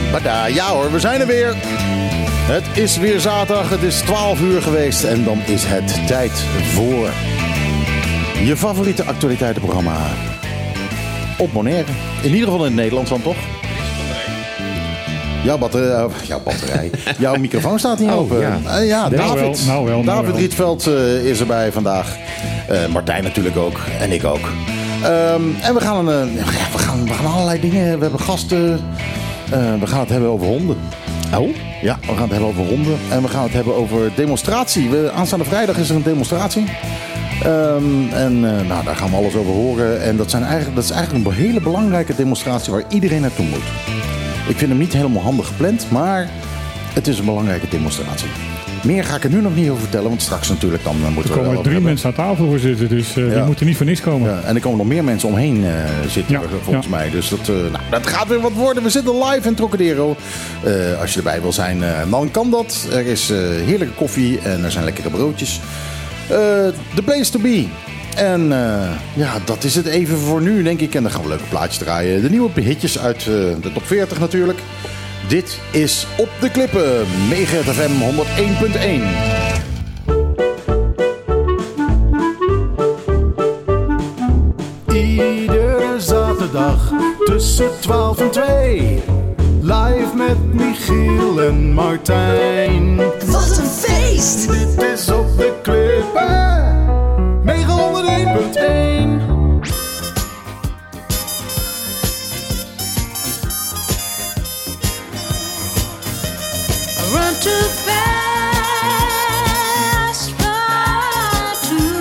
Bada, ja hoor, we zijn er weer. Het is weer zaterdag, het is 12 uur geweest en dan is het tijd voor je favoriete actualiteitenprogramma op Bonaire. In ieder geval in het Nederlands dan toch? Jouw batterij. Jouw microfoon staat niet open. Ja. David. Nou wel. David Rietveld is erbij vandaag. Martijn natuurlijk ook. En ik ook. En we gaan allerlei dingen. We hebben gasten. We gaan het hebben over honden. Oh? Ja, we gaan het hebben over honden. En we gaan het hebben over demonstratie. Aanstaande vrijdag is er een demonstratie. Daar gaan we alles over horen. En dat is eigenlijk een hele belangrijke demonstratie waar iedereen naartoe moet. Ik vind hem niet helemaal handig gepland, maar het is een belangrijke demonstratie. Meer ga ik er nu nog niet over vertellen, want straks natuurlijk dan moeten we... Er komen 3 mensen aan tafel voor zitten, dus die moeten niet voor niks komen. Ja, en er komen nog meer mensen omheen zitten, volgens mij. Dus dat gaat weer wat worden. We zitten live in Trocadero. Als je erbij wil zijn, dan kan dat. Er is heerlijke koffie en er zijn lekkere broodjes. The place to be. En dat is het even voor nu, denk ik. En dan gaan we leuke plaatjes draaien. De nieuwe hitjes uit de top 40 natuurlijk. Dit is Op de Klippen, Megahit FM 101.1. Iedere zaterdag tussen 12 en 2. Live met Michiel en Martijn. Wat een feest! Dit is Op de Klippen. Mega 101.1. Run too fast, fly too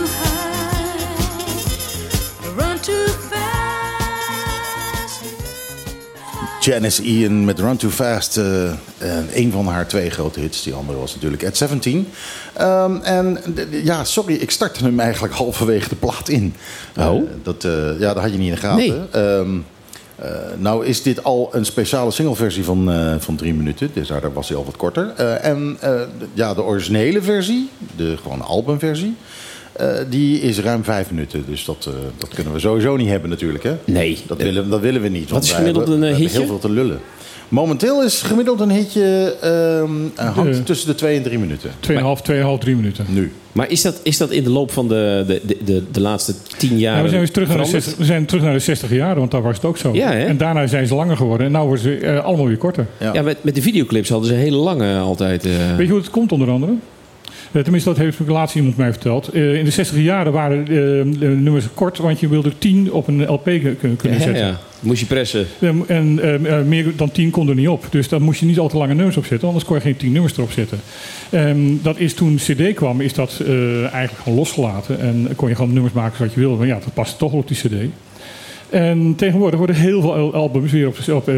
high. Run too fast. Janice Ian met Run Too Fast. Een van haar 2 grote hits. Die andere was natuurlijk At 17. Sorry, ik startte hem eigenlijk halverwege de plaat in. Dat had je niet in de gaten. Nee. Nou is dit al een speciale singleversie van 3 minuten. Dus daar was hij al wat korter. De originele versie, de gewone albumversie, die is ruim 5 minuten. Dus dat kunnen we sowieso niet hebben natuurlijk. Hè? Nee. Dat willen we niet. Wat is gemiddeld een hitje? We hebben heel veel te lullen. Momenteel is gemiddeld een hitje hangt tussen de 2 en 3 minuten. 2,5, 3 minuten. Nu. Maar is dat in de loop van de laatste 10 jaar? Ja, we zijn terug naar de 60 jaren, want daar was het ook zo. Ja, hè? En daarna zijn ze langer geworden. En nu worden ze allemaal weer korter. Ja, met de videoclips hadden ze hele lange altijd. Weet je hoe het komt onder andere? Tenminste, dat heeft laatst iemand mij verteld. In de 60 jaren waren de nummers kort, want je wilde 10 op een LP kunnen zetten. Ja. Moest je pressen. En meer dan 10 kon er niet op. Dus daar moest je niet al te lange nummers op zetten, anders kon je geen 10 nummers erop zetten. Dat is toen CD kwam, is dat eigenlijk gewoon losgelaten. En kon je gewoon nummers maken zoals je wilde. Maar ja, dat past toch wel op die CD. En tegenwoordig worden heel veel albums weer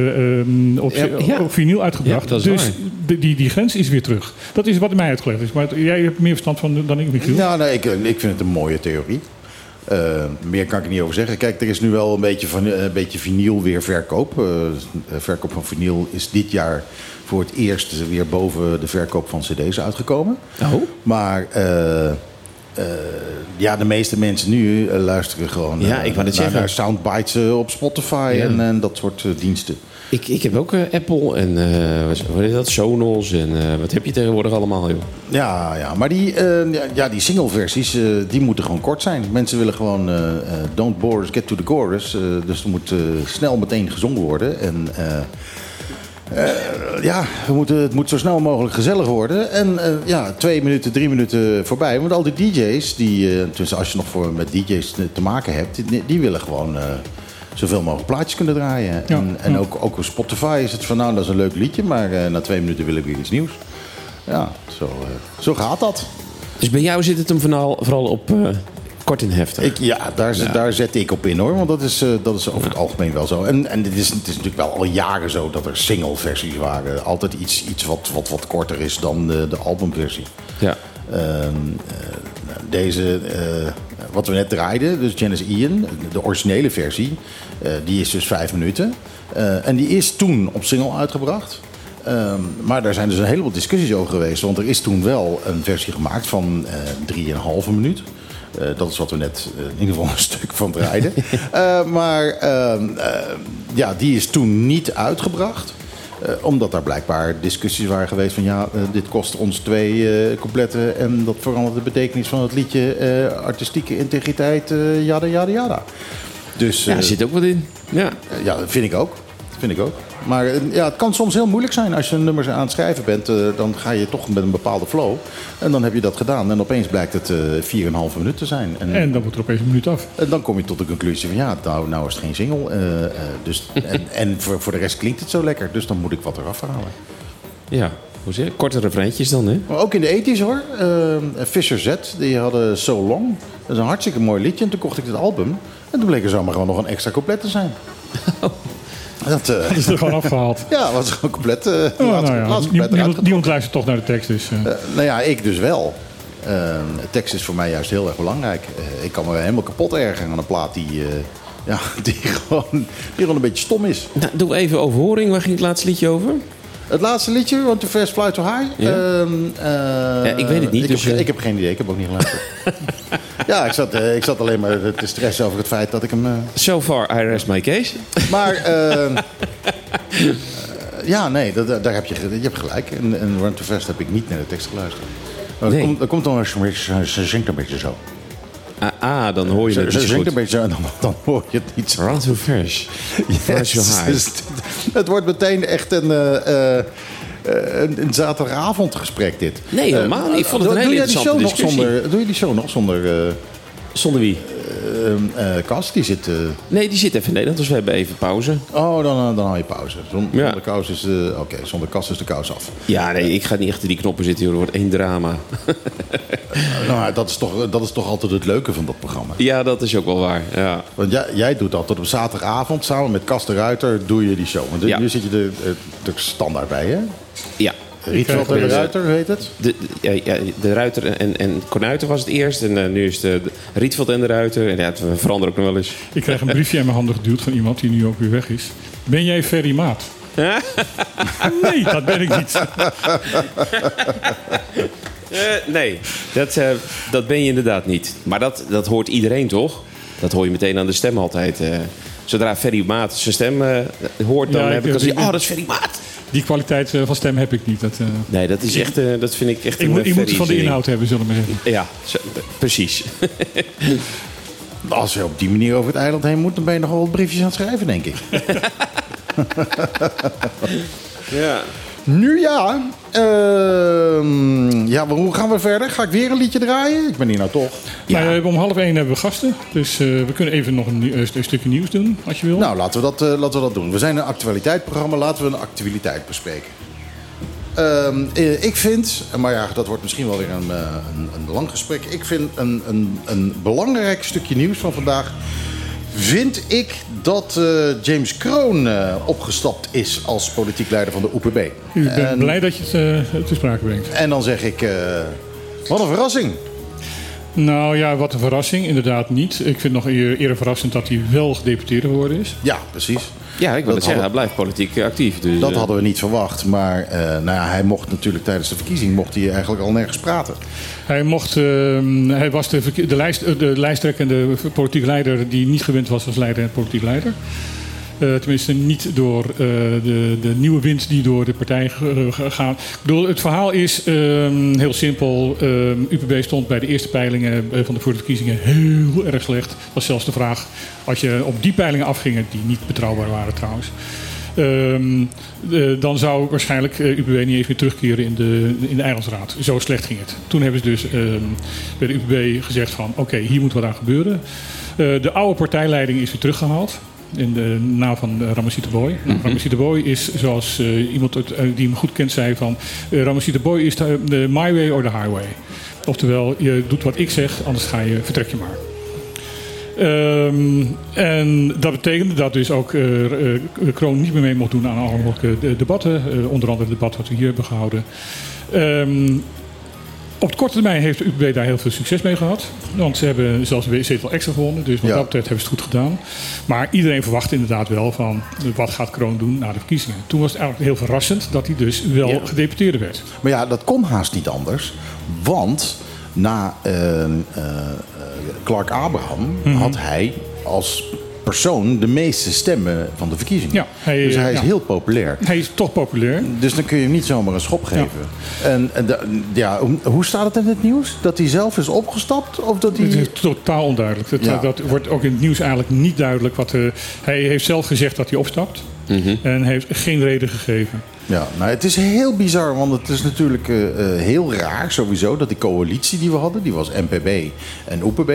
op vinyl uitgebracht. Ja, dus die grens is weer terug. Dat is wat mij uitgelegd is. Maar jij hebt meer verstand van dan ik, Michiel. Ja, nee, ik vind het een mooie theorie. Meer kan ik er niet over zeggen. Kijk, er is nu wel een beetje vinyl weer verkoop. Verkoop van vinyl is dit jaar voor het eerst weer boven de verkoop van cd's uitgekomen. Oh. Maar de meeste mensen nu luisteren gewoon naar soundbites op Spotify en dat soort diensten. Ik heb ook Apple en wat is dat? Sonos en wat heb je tegenwoordig allemaal, joh? Ja, maar die single-versies die moeten gewoon kort zijn. Mensen willen gewoon don't bore us, get to the chorus. Dus er moet snel meteen gezongen worden. En het moet zo snel mogelijk gezellig worden. En 2 minuten, 3 minuten voorbij. Want al die DJ's, als je nog met DJ's te maken hebt, die willen gewoon zoveel mogelijk plaatjes kunnen draaien. Ja, ook op Spotify is het van, dat is een leuk liedje, maar na 2 minuten wil ik weer iets nieuws. Ja, zo gaat dat. Dus bij jou zit het hem vooral op kort en heftig? Daar zet ik op in, hoor. Want dat is over het algemeen wel zo. En het is natuurlijk wel al jaren zo dat er single-versies waren. Altijd iets wat korter is dan de albumversie. Ja. Deze, wat we net draaiden, dus Janice Ian, de originele versie, die is dus 5 minuten. En die is toen op single uitgebracht. Maar daar zijn dus een heleboel discussies over geweest. Want er is toen wel een versie gemaakt van 3,5 minuut. Dat is wat we net in ieder geval een stuk van draaiden. Die is toen niet uitgebracht. Omdat daar blijkbaar discussies waren geweest van dit kost ons 2 coupletten en dat verandert de betekenis van het liedje, artistieke integriteit, jada jada jada. Dus, Ja, er zit ook wat in. Ja. ja, dat vind ik ook. Maar het kan soms heel moeilijk zijn als je een nummer aan het schrijven bent. Dan ga je toch met een bepaalde flow. En dan heb je dat gedaan. En opeens blijkt het 4,5 minuten te zijn. En dan moet er opeens een minuut af. En dan kom je tot de conclusie van nou is het geen single. En voor de rest klinkt het zo lekker. Dus dan moet ik wat eraf halen. Ja, hoe zeg je? Korte refreintjes dan, hè? Maar ook in de 80's hoor. Fisher Z, die hadden So Long. Dat is een hartstikke mooi liedje. En toen kocht ik het album. En toen bleek er zomaar gewoon nog een extra couplet te zijn. Dat is er gewoon afgehaald. Ja, was gewoon compleet. Niemand luistert toch naar de tekst. Dus, ik dus wel. Tekst is voor mij juist heel erg belangrijk. Ik kan me helemaal kapot ergeren aan een plaat die gewoon een beetje stom is. Nou, doe even overhoring. Waar ging het laatste liedje over? Het laatste liedje, Want to Fast Fly to High. Ja. Ik weet het niet. Ik heb geen idee, ik heb ook niet geluisterd. Ja, ik zat alleen maar te stressen over het feit dat ik hem... So far, I rest my case. Maar... daar heb je hebt gelijk. En Run to Fast heb ik niet naar de tekst geluisterd. Nee. Dat komt dan als ze zingt een beetje zo. Dan hoor je het Ze niet zingt goed. een beetje zo en dan hoor je het niet zo. Run to Fast. Flash your high. Dus het wordt meteen echt een zaterdagavondgesprek dit. Nee, helemaal niet. Ik vond het een hele interessante discussie. Doe je die show nog zonder... Zonder wie? Kas, die zit... Nee, die zit even in Nederland, dus we hebben even pauze. Oh, dan hou je pauze. Ja. Zonder kous is... zonder Kas is de kous af. Ja, nee, ik ga niet achter die knoppen zitten, joh. Er wordt één drama. Dat is toch altijd het leuke van dat programma. Ja, dat is ook wel waar. Ja. Want jij doet dat tot op zaterdagavond samen met Kas de Ruiter doe je die show. Want Ja. nu zit je er standaard bij, hè? Ja. Rietveld en de Ruiter, hoe heet het? De Ruiter en Konuiter was het eerst. En nu is de Rietveld en de Ruiter. En ja, het verandert ook nog wel eens. Ik krijg een briefje in mijn handen geduwd van iemand die nu ook weer weg is. Ben jij Ferry Maat? Nee, dat ben ik niet. Nee, dat ben je inderdaad niet. Maar dat hoort iedereen toch? Dat hoor je meteen aan de stem altijd. Zodra Ferry Maat zijn stem hoort, dan heb ik al zoiets. Oh, dat is Ferry Maat. Die kwaliteit van stem heb ik niet. Nee, dat is echt, dat vind ik echt ik moet het van de inhoud hebben, zullen we maar zeggen. Ja, precies. Als je op die manier over het eiland heen moet, dan ben je nog wel wat briefjes aan het schrijven, denk ik. Ja. Nu ja. Hoe gaan we verder? Ga ik weer een liedje draaien? Ik ben hier nou toch. Ja. Nou, om 12:30 hebben we gasten. Dus we kunnen even nog een stukje nieuws doen, als je wil. Nou, laten we dat doen. We zijn een actualiteitsprogramma. Laten we een actualiteit bespreken. Ik vind, maar ja, dat wordt misschien wel weer een lang gesprek. Ik vind een belangrijk stukje nieuws van vandaag. Vind ik dat James Kroon opgestapt is als politiek leider van de UPB. Ik ben blij dat je het te sprake brengt. En dan zeg ik, wat een verrassing. Nou ja, wat een verrassing. Inderdaad niet. Ik vind het nog eerder verrassend dat hij wel gedeputeerde geworden is. Ja, precies. Ja, ik wil het zeggen, hij blijft politiek actief. Dus, dat hadden we niet verwacht. Maar hij mocht natuurlijk tijdens de verkiezing mocht hij eigenlijk al nergens praten. Hij was de lijsttrekkende politiek leider die niet gewend was als leider en politiek leider. Tenminste, niet door de nieuwe wind die door de partij gaat. Ik bedoel, het verhaal is heel simpel. UPB stond bij de eerste peilingen van de verkiezingen heel erg slecht. Dat was zelfs de vraag, als je op die peilingen afging, die niet betrouwbaar waren trouwens. Dan zou waarschijnlijk UPB niet eens meer terugkeren in de eilandsraad. Zo slecht ging het. Toen hebben ze dus bij de UPB gezegd van oké, hier moet wat aan gebeuren. De oude partijleiding is weer teruggehaald. In de naam van Ramessie de Boy. Nou, Ramessie de Boy is, zoals iemand die hem goed kent zei van... Ramessie de Boy is de my way or the highway. Oftewel, je doet wat ik zeg, anders vertrek je maar. En dat betekende dat dus ook Kroon niet meer mee mocht doen aan alle mogelijke debatten. Onder andere het debat wat we hier hebben gehouden. Op de korte termijn heeft de UPB daar heel veel succes mee gehad. Want ze hebben zelfs een zetel extra gewonnen. Dus wat dat betreft hebben ze het goed gedaan. Maar iedereen verwacht inderdaad wel van... wat gaat Kroon doen na de verkiezingen? Toen was het eigenlijk heel verrassend dat hij dus wel gedeputeerde werd. Maar ja, dat kon haast niet anders. Want na Clark Abraham had hij als persoon de meeste stemmen van de verkiezingen. Ja, hij dus hij is ja. heel populair. Hij is toch populair. Dus dan kun je hem niet zomaar een schop geven. Hoe staat het in het nieuws? Dat hij zelf is opgestapt? Of dat Het hij... is totaal onduidelijk. Ja. Dat wordt ook in het nieuws eigenlijk niet duidelijk. Hij heeft zelf gezegd dat hij opstapt. En heeft geen reden gegeven. Ja, nou, het is heel bizar, want het is natuurlijk heel raar sowieso dat die coalitie die we hadden, die was NPB en OPB.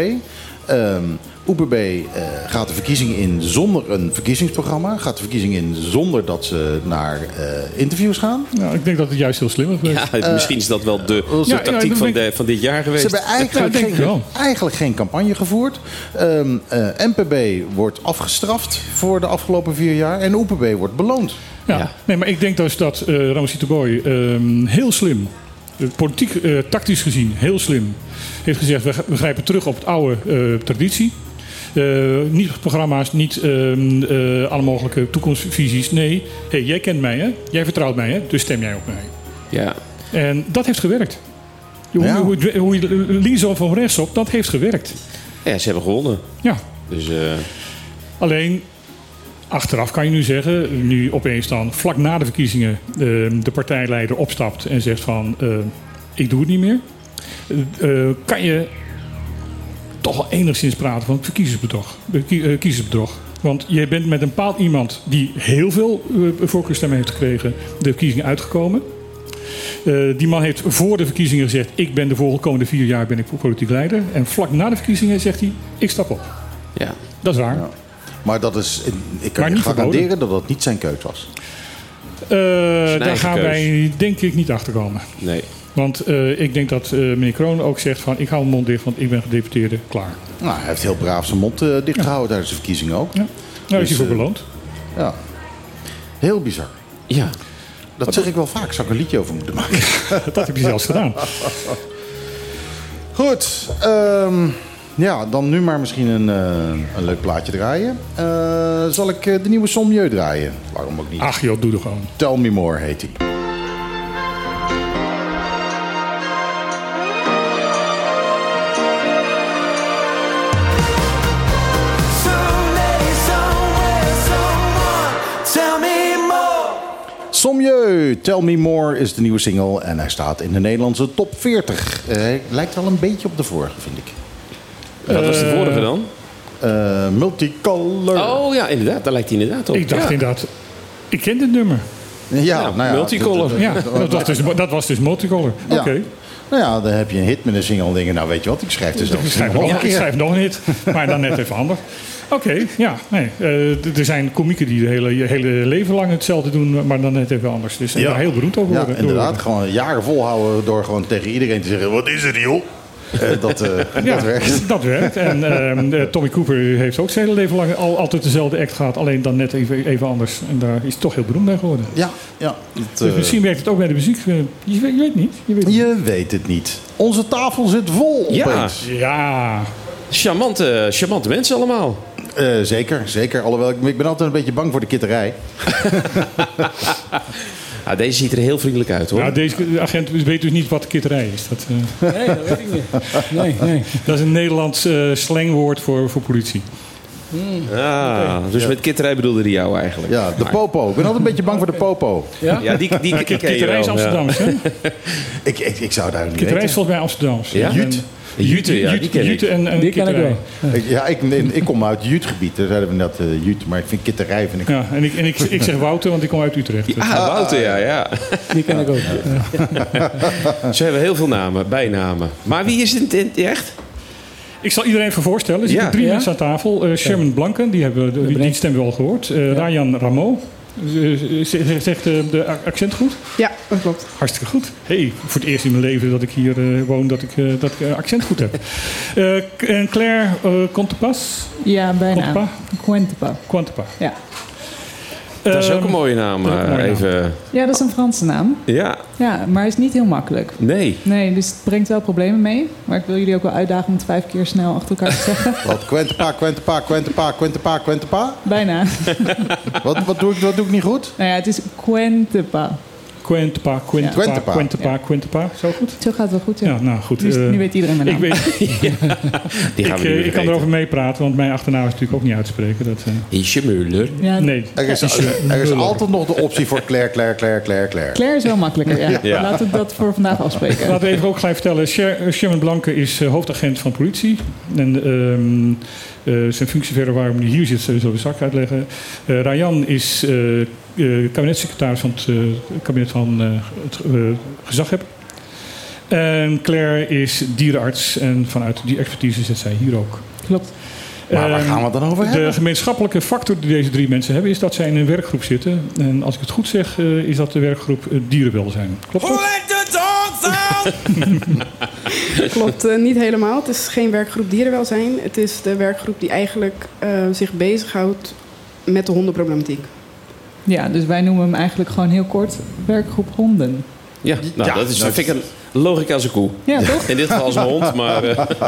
OPB gaat de verkiezingen in zonder een verkiezingsprogramma. Gaat de verkiezingen in zonder dat ze naar interviews gaan. Nou, ik denk dat het juist heel slim is geweest. Ja, misschien is dat wel de tactiek van dit jaar geweest. Ze hebben eigenlijk geen campagne gevoerd. NPB wordt afgestraft voor de afgelopen 4 jaar en OPB wordt beloond. Ja. Nee, maar ik denk dus dat Ramon Boy heel slim, politiek, tactisch gezien heel slim, heeft gezegd: we grijpen terug op het oude traditie. Niet programma's, niet alle mogelijke toekomstvisies. Nee, hey, jij kent mij, hè? Jij vertrouwt mij, hè? Dus stem jij op mij. Ja. En dat heeft gewerkt. Ja. Hoe je linksom van rechtsop, dat heeft gewerkt. Ja, ze hebben gewonnen. Ja. Dus, Alleen, achteraf kan je nu zeggen, nu opeens dan vlak na de verkiezingen de partijleider opstapt en zegt van ik doe het niet meer. Kan je toch wel enigszins praten van kiezersbedrog. Want je bent met een bepaald iemand die heel veel voorkeurstemmen heeft gekregen de verkiezingen uitgekomen. Die man heeft voor de verkiezingen gezegd: ik ben de komende 4 jaar ben ik politiek leider. En vlak na de verkiezingen zegt hij: ik stap op. ja. Dat is waar. Ja. Maar dat is, ik kan Maar je niet garanderen dat dat niet zijn keus was. Daar gaan wij denk ik niet achter komen. Nee. Want ik denk dat meneer Kroon ook zegt van ik hou mijn mond dicht, want ik ben gedeputeerde, klaar. Nou, hij heeft heel braaf zijn mond dichtgehouden tijdens de verkiezingen ook. Ja. Nou is hij voor Dus, beloond. Ja. Heel bizar. Ja. Dat zeg ik wel vaak. Zou ik een liedje over moeten maken? Dat heb je zelfs gedaan. Goed. Ja, dan nu maar misschien een leuk plaatje draaien. Zal ik de nieuwe Sommieu draaien? Waarom ook niet? Ach joh, doe er gewoon. Tell Me More heet hij. Sommieu, Tell Me More is de nieuwe single en hij staat in de Nederlandse top 40. Hij lijkt wel een beetje op de vorige, vind ik. Wat was de vorige dan? Multicolor. Oh ja, inderdaad. Daar lijkt hij inderdaad op. Ik dacht inderdaad, ik ken dit nummer. Ja, nou ja, Multicolor. Ja, dat was dus Multicolor. Ja. Oké. Nou ja, dan heb je een hit met een single en denk je, nou weet je wat, ik schrijf er zelf Ik schrijf nog een hit, maar dan net even anders. Oké, ja. Nee. Er zijn komieken die de hele leven lang hetzelfde doen, maar dan net even anders. Dus daar heel beroemd over Ja, worden. inderdaad. Gewoon jaren volhouden door gewoon tegen iedereen te zeggen, wat is er joh? Dat werkt. Dat werkt. En Tommy Cooper heeft ook zijn hele leven lang altijd dezelfde act gehad, alleen dan net even anders. En daar is hij toch heel beroemd bij geworden. Ja. Dus misschien werkt het ook bij de muziek. Je weet niet. Je weet het niet. Onze tafel zit vol opeens. Ja. Charmante mensen allemaal. Zeker. Alhoewel, ik ben altijd een beetje bang voor de kitterij. Ah, deze ziet er heel vriendelijk uit, hoor. Nou, deze agent weet dus niet wat kitterij is. Nee, dat weet ik niet. Nee. Dat is een Nederlands slangwoord voor politie. Dus met kitterij bedoelde hij jou eigenlijk. Ja, de popo. Ik ben altijd een beetje bang voor de popo. Ja, die ken je Kitterij is wel, Amsterdams, hè? Ik zou daar niet Kitterij is weten. volgens mij Amsterdams. Ja? Jute, ja, die ken ik. Jute en Die ken ik kitterij. wel. Ja, ik kom uit Jutgebied. Daar zeiden we net Jut. Maar ik vind kitterij vind ik... Ja, en ik zeg Wouter, want ik kom uit Utrecht. Wouter, ja. Die ken ik ook. Ze hebben heel veel namen, bijnamen. Maar wie is het in het echt? Ik zal iedereen even voorstellen. Er zitten 3 mensen aan tafel. Sherman Blanken, die stem we al gehoord. Rayan Ramo. Zegt de accent goed? Ja, dat klopt. Hartstikke goed. Hey, voor het eerst in mijn leven dat ik hier woon, dat ik accent goed heb. En Claire Contepas? Ja, bijna. Quantepa. Quantepa. Ja. Dat is ook een mooie naam. Even. Ja, dat is een Franse naam. Ja. Ja, maar is niet heel makkelijk. Nee. Nee, dus het brengt wel problemen mee. Maar ik wil jullie ook wel uitdagen om het 5 keer snel achter elkaar te zeggen. Wat? Quentepa? Bijna. Wat doe ik niet goed? Nou ja, het is Quentepa. Quentepa. Zo goed? Zo gaat het wel goed, ja. Ja, nou goed. Nu weet iedereen mijn naam. Die gaan we niet ik kan erover meepraten, want mijn achternaam is natuurlijk ook niet uit te spreken. Dat, Isje Muller. Ja, nee. Er is altijd nog de optie voor Claire. Claire is wel makkelijker, ja. Ja. Laten we dat voor vandaag afspreken. Laten we even ook gelijk vertellen. Sherman Blanke is hoofdagent van politie. En zijn functie verder waarom hij hier zit, zullen we straks uitleggen. Rayan is kabinetssecretaris van het kabinet van het gezaghebber. En Claire is dierenarts. En vanuit die expertise zit zij hier ook. Klopt. Maar waar gaan we het dan over hebben? De gemeenschappelijke factor die deze 3 mensen hebben, is dat zij in een werkgroep zitten. En als ik het goed zeg, is dat de werkgroep dierenwelzijn. Klopt dat? Klopt, niet helemaal. Het is geen werkgroep dierenwelzijn. Het is de werkgroep die eigenlijk zich bezighoudt met de hondenproblematiek. Ja, dus wij noemen hem eigenlijk gewoon heel kort werkgroep honden. Ja, nou, Ja, dat is, dat- vind ik een logica als een koe. Ja, toch? In dit geval als een hond, maar...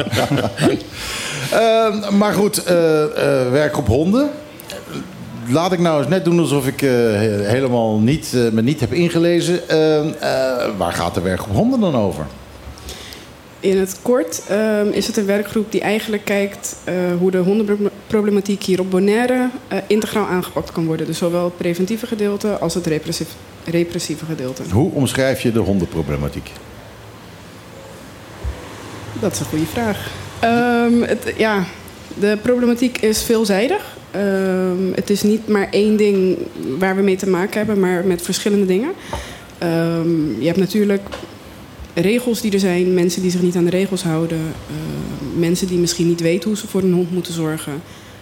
Maar goed, werkgroep honden. Laat ik nou eens net doen alsof ik helemaal me niet heb ingelezen. Waar gaat de werkgroep honden dan over? In het kort is het een werkgroep die eigenlijk kijkt hoe de hondenproblematiek hier op Bonaire integraal aangepakt kan worden. Dus zowel het preventieve gedeelte als het repressieve gedeelte. Hoe omschrijf je de hondenproblematiek? Dat is een goede vraag. De problematiek is veelzijdig. Het is niet maar één ding waar we mee te maken hebben, maar met verschillende dingen. Je hebt natuurlijk regels die er zijn, mensen die zich niet aan de regels houden, mensen die misschien niet weten hoe ze voor een hond moeten zorgen.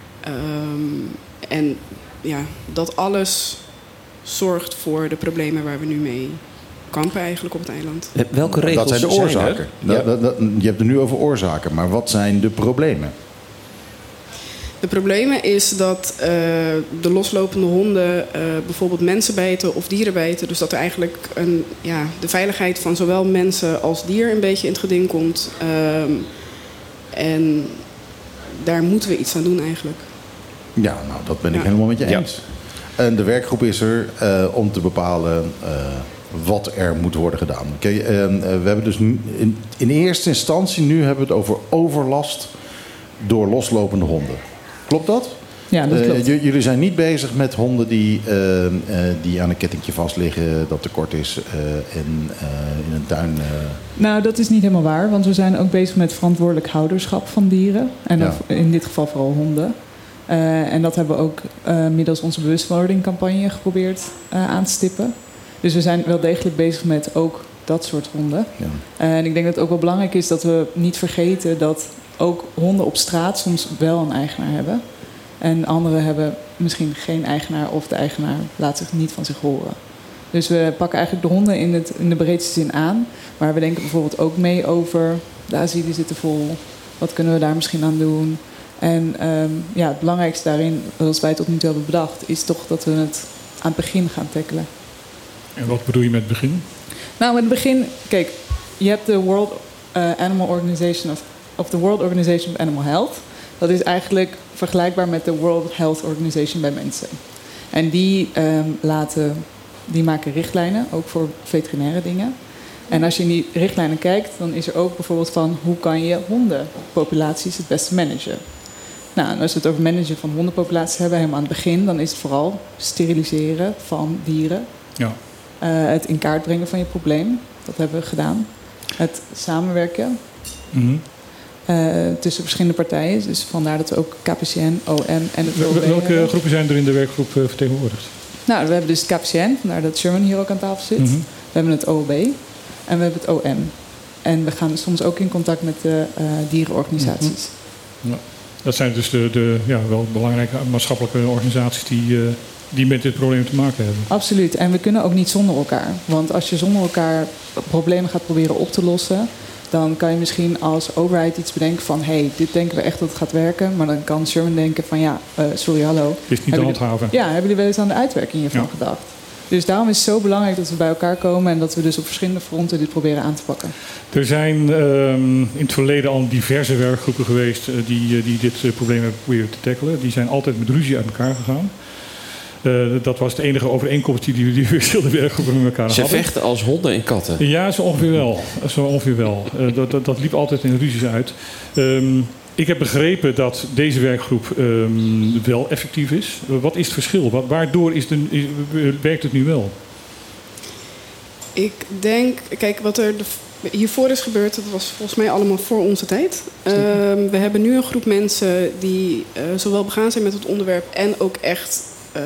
En ja, dat alles zorgt voor de problemen waar we nu mee kampen eigenlijk op het eiland. Welke regels Dat zijn de oorzaken. er? Ja. Je hebt het nu over oorzaken, maar wat zijn de problemen? De problemen is dat de loslopende honden bijvoorbeeld mensen bijten of dieren bijten. Dus dat er eigenlijk de veiligheid van zowel mensen als dier een beetje in het geding komt. En daar moeten we iets aan doen eigenlijk. Ja, nou, dat ben ik Ja. helemaal met je Ja. eens. En de werkgroep is er om te bepalen wat er moet worden gedaan. Oké, we hebben dus in eerste instantie, nu hebben we het over overlast door loslopende honden. Klopt dat? Ja, dat klopt. Jullie zijn niet bezig met honden die aan een kettingje vastliggen, dat tekort is in een tuin. Nou, dat is niet helemaal waar, want we zijn ook bezig met verantwoordelijk houderschap van dieren. En Ja. in dit geval vooral honden. En dat hebben we ook middels onze bewustwordingcampagne geprobeerd aan te stippen. Dus we zijn wel degelijk bezig met ook dat soort honden. Ja. En ik denk dat het ook wel belangrijk is dat we niet vergeten dat ook honden op straat soms wel een eigenaar hebben. En anderen hebben misschien geen eigenaar of de eigenaar laat zich niet van zich horen. Dus we pakken eigenlijk de honden in de breedste zin aan. Maar we denken bijvoorbeeld ook mee over de asielen zitten vol. Wat kunnen we daar misschien aan doen? En het belangrijkste daarin, zoals wij tot nu toe hebben bedacht, is toch dat we het aan het begin gaan tackelen. En wat bedoel je met begin? Nou, met het begin, kijk, je hebt de World Animal Organization of the World Organization of Animal Health. Dat is eigenlijk vergelijkbaar met de World Health Organization bij mensen. En die maken richtlijnen, ook voor veterinaire dingen. En als je in die richtlijnen kijkt, dan is er ook bijvoorbeeld van hoe kan je hondenpopulaties het beste managen. Nou, en als we het over managen van hondenpopulaties hebben, helemaal aan het begin, dan is het vooral steriliseren van dieren. Ja. Het in kaart brengen van je probleem, dat hebben we gedaan. Het samenwerken Mhm. tussen verschillende partijen. Dus vandaar dat we ook KPCN, OM en het OB Welke hebben. groepen zijn er in de werkgroep vertegenwoordigd? Nou, we hebben dus het KPCN, vandaar dat Sherman hier ook aan tafel zit. Mhm. We hebben het OOB en we hebben het OM. En we gaan soms ook in contact met de dierenorganisaties. Ja. Dat zijn dus de wel belangrijke maatschappelijke organisaties die met dit probleem te maken hebben. Absoluut. En we kunnen ook niet zonder elkaar. Want als je zonder elkaar problemen gaat proberen op te lossen, dan kan je misschien als overheid iets bedenken van dit denken we echt dat het gaat werken. Maar dan kan Sherman denken van sorry, hallo. Is niet te handhaven. Ja, hebben jullie wel eens aan de uitwerking hiervan gedacht? Dus daarom is het zo belangrijk dat we bij elkaar komen en dat we dus op verschillende fronten dit proberen aan te pakken. Er zijn in het verleden al diverse werkgroepen geweest die dit probleem hebben proberen te tackelen. Die zijn altijd met ruzie uit elkaar gegaan. Dat was de enige overeenkomst die verschillende werkgroepen met elkaar Ze hadden. vechten als honden en katten. Ja, zo ongeveer wel. Dat liep altijd in ruzies uit. Ik heb begrepen dat deze werkgroep wel effectief is. Wat is het verschil? Waardoor werkt het nu wel? Ik denk, kijk, wat er hiervoor is gebeurd, dat was volgens mij allemaal voor onze tijd. We hebben nu een groep mensen die zowel begaan zijn met het onderwerp en ook echt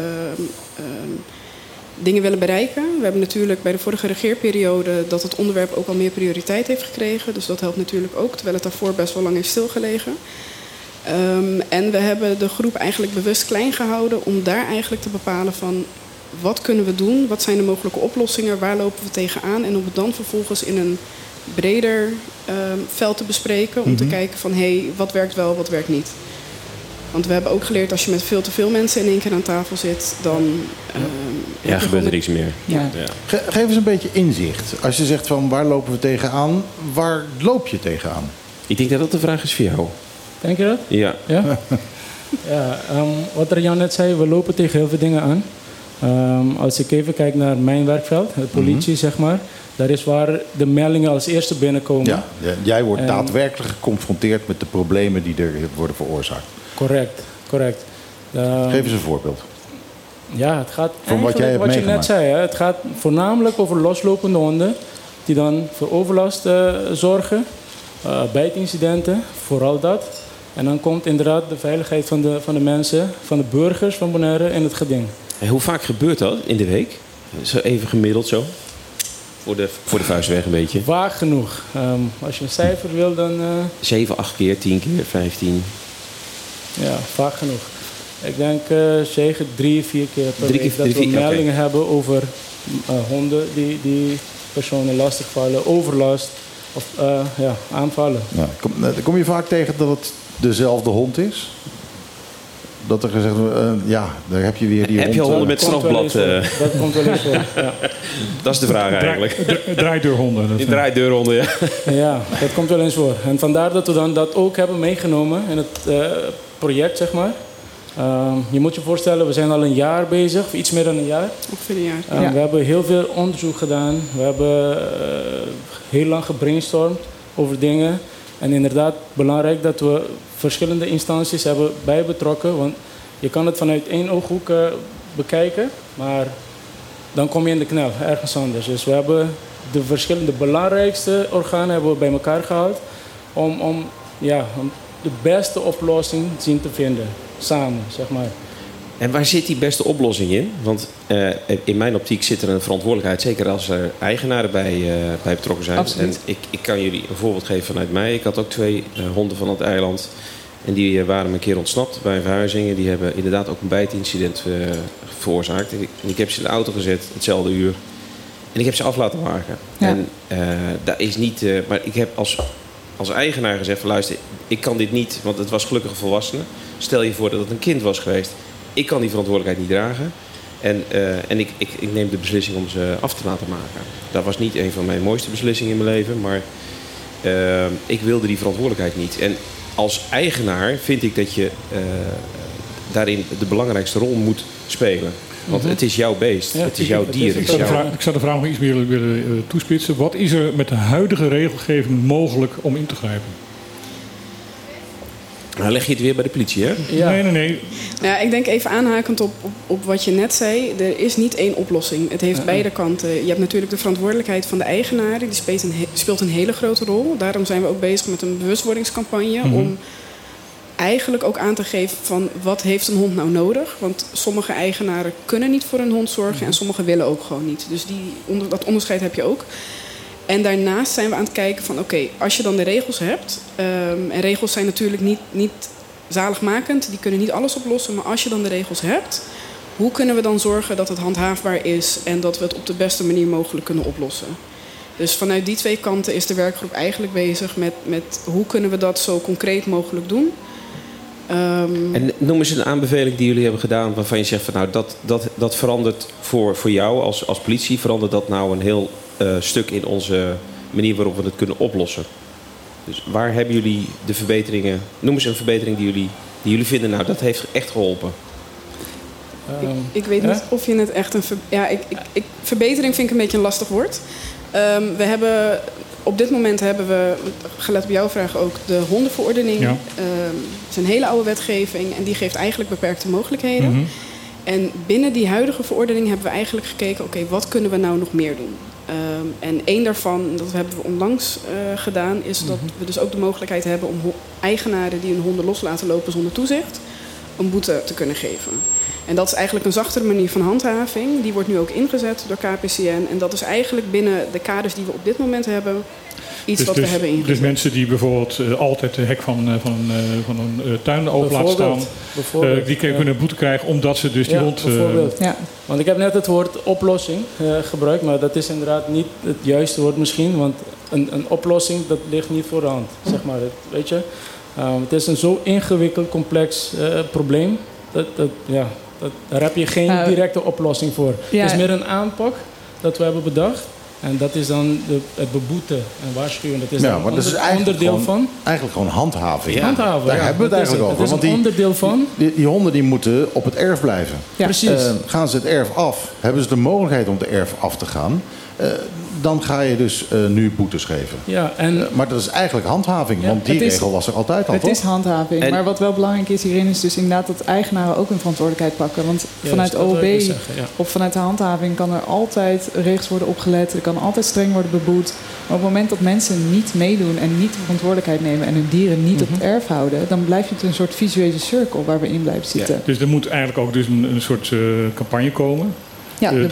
dingen willen bereiken. We hebben natuurlijk bij de vorige regeerperiode dat het onderwerp ook al meer prioriteit heeft gekregen. Dus dat helpt natuurlijk ook, terwijl het daarvoor best wel lang heeft stilgelegen. En we hebben de groep eigenlijk bewust klein gehouden om daar eigenlijk te bepalen van wat kunnen we doen, wat zijn de mogelijke oplossingen, waar lopen we tegenaan en om het dan vervolgens in een breder veld te bespreken om te kijken van wat werkt wel, wat werkt niet. Want we hebben ook geleerd als je met veel te veel mensen in één keer aan tafel zit, dan gebeurt er niks meer. Ja. Geef eens een beetje inzicht. Als je zegt van waar lopen we tegenaan, waar loop je tegenaan? Ik denk dat dat de vraag is voor jou. Denk je dat? Ja. Ja? Ja, wat Jan net zei, we lopen tegen heel veel dingen aan. Als ik even kijk naar mijn werkveld, de politie zeg maar, daar is waar de meldingen als eerste binnenkomen. Ja, jij wordt daadwerkelijk geconfronteerd met de problemen die er worden veroorzaakt. Correct. Geef eens een voorbeeld. Ja, het gaat Van wat jij hebt wat je net meegemaakt. zei. Hè, het gaat voornamelijk over loslopende honden die dan voor overlast zorgen. Bijtincidenten, vooral dat. En dan komt inderdaad de veiligheid van de mensen, van de burgers van Bonaire in het geding. En hoe vaak gebeurt dat in de week? Zo even gemiddeld zo? Voor de vuist weg een beetje. Vaag genoeg. Als je een cijfer wil, dan... 7, 8 keer, 10 keer, 15. Ja, vaag genoeg. Ik denk zeker 3, 4 keer per Drie week keer- dat drie, we vier, meldingen hebben over honden die personen lastigvallen, overlast of aanvallen. Ja, kom je vaak tegen dat het dezelfde hond is? Dat er gezegd wordt, daar heb je weer die Heb hond. je honden met Komt wel strafblad? eens voor. Dat komt wel eens voor. Ja. Dat is de vraag eigenlijk. Draaideurhonden. Die draaideurhonden, ja. Ja, dat komt wel eens voor. En vandaar dat we dan dat ook hebben meegenomen in het project, zeg maar. Je moet je voorstellen, we zijn al een jaar bezig, of iets meer dan een jaar. ongeveer een jaar. Ja. We hebben heel veel onderzoek gedaan. We hebben heel lang gebrainstormd over dingen. En inderdaad, belangrijk dat we verschillende instanties hebben bij betrokken. Want je kan het vanuit één ooghoek bekijken, maar dan kom je in de knel, ergens anders. Dus we hebben de verschillende belangrijkste organen hebben we bij elkaar gehaald om de beste oplossing zien te vinden. Samen, zeg maar. En waar zit die beste oplossing in? Want in mijn optiek zit er een verantwoordelijkheid, zeker als er eigenaren bij betrokken zijn. Absoluut. En ik kan jullie een voorbeeld geven vanuit mij. Ik had ook 2 honden van het eiland. En die waren me een keer ontsnapt bij een verhuizing. En die hebben inderdaad ook een bijtincident veroorzaakt. En ik heb ze in de auto gezet, hetzelfde uur. En ik heb ze af laten maken. Ja. En dat is niet... maar ik heb als eigenaar gezegd van luister, ik kan dit niet, want het was gelukkig een volwassene. Stel je voor dat het een kind was geweest. Ik kan die verantwoordelijkheid niet dragen. En ik neem de beslissing om ze af te laten maken. Dat was niet een van mijn mooiste beslissingen in mijn leven, maar ik wilde die verantwoordelijkheid niet. En als eigenaar vind ik dat je daarin de belangrijkste rol moet spelen. Want het is jouw beest, Ja, het is jouw het dier. is Het een is jouw... Ik zou de vraag nog iets meer willen toespitsen. Wat is er met de huidige regelgeving mogelijk om in te grijpen? Nou, leg je het weer bij de politie, hè? Ja. Nee. Nou ja, ik denk even aanhakend op wat je net zei. Er is niet één oplossing. Het heeft beide kanten. Je hebt natuurlijk de verantwoordelijkheid van de eigenaar. Die speelt een hele grote rol. Daarom zijn we ook bezig met een bewustwordingscampagne. Om eigenlijk ook aan te geven van wat heeft een hond nou nodig. Want sommige eigenaren kunnen niet voor een hond zorgen. En sommige willen ook gewoon niet. Dus dat onderscheid heb je ook. En daarnaast zijn we aan het kijken van oké, als je dan de regels hebt. En regels zijn natuurlijk niet zaligmakend. Die kunnen niet alles oplossen. Maar als je dan de regels hebt. Hoe kunnen we dan zorgen dat het handhaafbaar is. En dat we het op de beste manier mogelijk kunnen oplossen. Dus vanuit die 2 kanten is de werkgroep eigenlijk bezig met hoe kunnen we dat zo concreet mogelijk doen. En noem eens een aanbeveling die jullie hebben gedaan waarvan je zegt van nou dat verandert voor jou als politie, verandert dat nou een heel stuk in onze manier waarop we het kunnen oplossen. Dus waar hebben jullie de verbeteringen? Noem eens een verbetering die jullie vinden, nou dat heeft echt geholpen. Ik weet niet of je het echt een... verbetering vind ik een beetje een lastig woord. Op dit moment hebben we, gelet op jouw vraag ook, de hondenverordening. Ja. Het is een hele oude wetgeving en die geeft eigenlijk beperkte mogelijkheden. Mhm. En binnen die huidige verordening hebben we eigenlijk gekeken, oké, wat kunnen we nou nog meer doen? En één daarvan, dat hebben we onlangs gedaan, is dat we dus ook de mogelijkheid hebben om eigenaren die hun honden los laten lopen zonder toezicht, een boete te kunnen geven. En dat is eigenlijk een zachtere manier van handhaving. Die wordt nu ook ingezet door KPCN. En dat is eigenlijk binnen de kaders die we op dit moment hebben, iets wat we hebben ingezet. Dus mensen die bijvoorbeeld altijd de hek van een tuin open laten staan, die kunnen een boete krijgen omdat ze dus die hond... Ja. Want ik heb net het woord oplossing gebruikt, maar dat is inderdaad niet het juiste woord misschien. Want een oplossing, dat ligt niet voor de hand, zeg maar. Weet je? Het is een zo ingewikkeld, complex probleem. Daar heb je geen directe oplossing voor. Ja. Het is meer een aanpak dat we hebben bedacht. En dat is dan het beboeten en waarschuwen. Dat is maar dat is onderdeel van. Eigenlijk gewoon handhaving. Ja. Handhaven, daar hebben we het eigenlijk over. Het is een onderdeel van. Die honden die moeten op het erf blijven. Ja. Precies. Gaan ze het erf af, hebben ze de mogelijkheid om het erf af te gaan, dan ga je dus nu boetes geven. Ja, maar dat is eigenlijk handhaving, want die regel was er altijd al. Het is handhaving, maar wat wel belangrijk is hierin is dus inderdaad dat eigenaren ook hun verantwoordelijkheid pakken. Want vanuit OOB of vanuit de handhaving kan er altijd regels worden opgelet, er kan altijd streng worden beboet. Maar op het moment dat mensen niet meedoen en niet de verantwoordelijkheid nemen en hun dieren niet op het erf houden, dan blijft het een soort visueuze cirkel waar we in blijven zitten. Ja. Dus er moet eigenlijk ook dus een soort campagne komen. Ja, de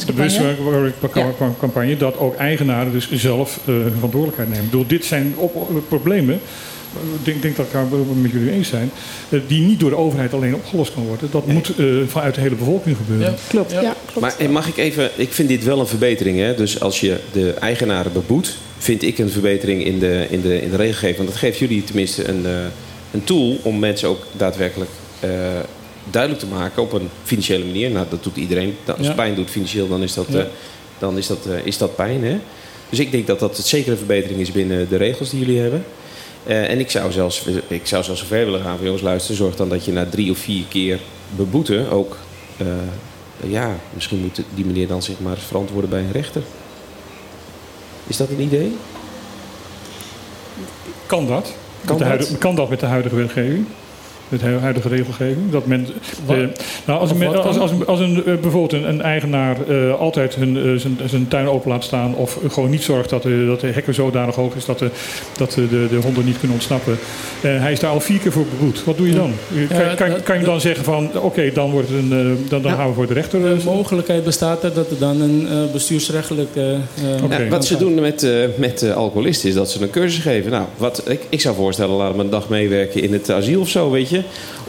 bewustwordingscampagne. Dat ook eigenaren dus zelf hun verantwoordelijkheid nemen. Ik bedoel, dit zijn problemen, ik denk dat ik het met jullie eens zijn, die niet door de overheid alleen opgelost kan worden. Dat moet vanuit de hele bevolking gebeuren. Ja, klopt. Ja. Maar mag ik even, ik vind dit wel een verbetering. Hè? Dus als je de eigenaren beboet, vind ik een verbetering in de regelgeving. Want dat geeft jullie tenminste een tool om mensen ook daadwerkelijk duidelijk te maken op een financiële manier. Nou, dat doet iedereen. Als het pijn doet financieel, dan is dat pijn. Hè? Dus ik denk dat dat zeker een verbetering is binnen de regels die jullie hebben. En ik zou zelfs zover willen gaan van jongens, luister, zorg dan dat je na 3 of 4 keer beboeten ook, misschien moet die meneer dan zich maar verantwoorden bij een rechter. Is dat een idee? Kan dat? Kan dat met de huidige wetgeving? Met de huidige regelgeving. Dat men, bijvoorbeeld een eigenaar altijd zijn tuin open laat staan, of gewoon niet zorgt dat de hekken zodanig hoog is dat de honden niet kunnen ontsnappen. Hij is daar al 4 keer voor beboet. Wat doe je dan? Kan je dan zeggen van oké, dan wordt het dan gaan we voor de rechter. De mogelijkheid bestaat er dat er dan een bestuursrechtelijk... wat ze doen met alcoholisten is dat ze een cursus geven. Nou, ik zou voorstellen, laat hem een dag meewerken in het asiel of zo, weet je.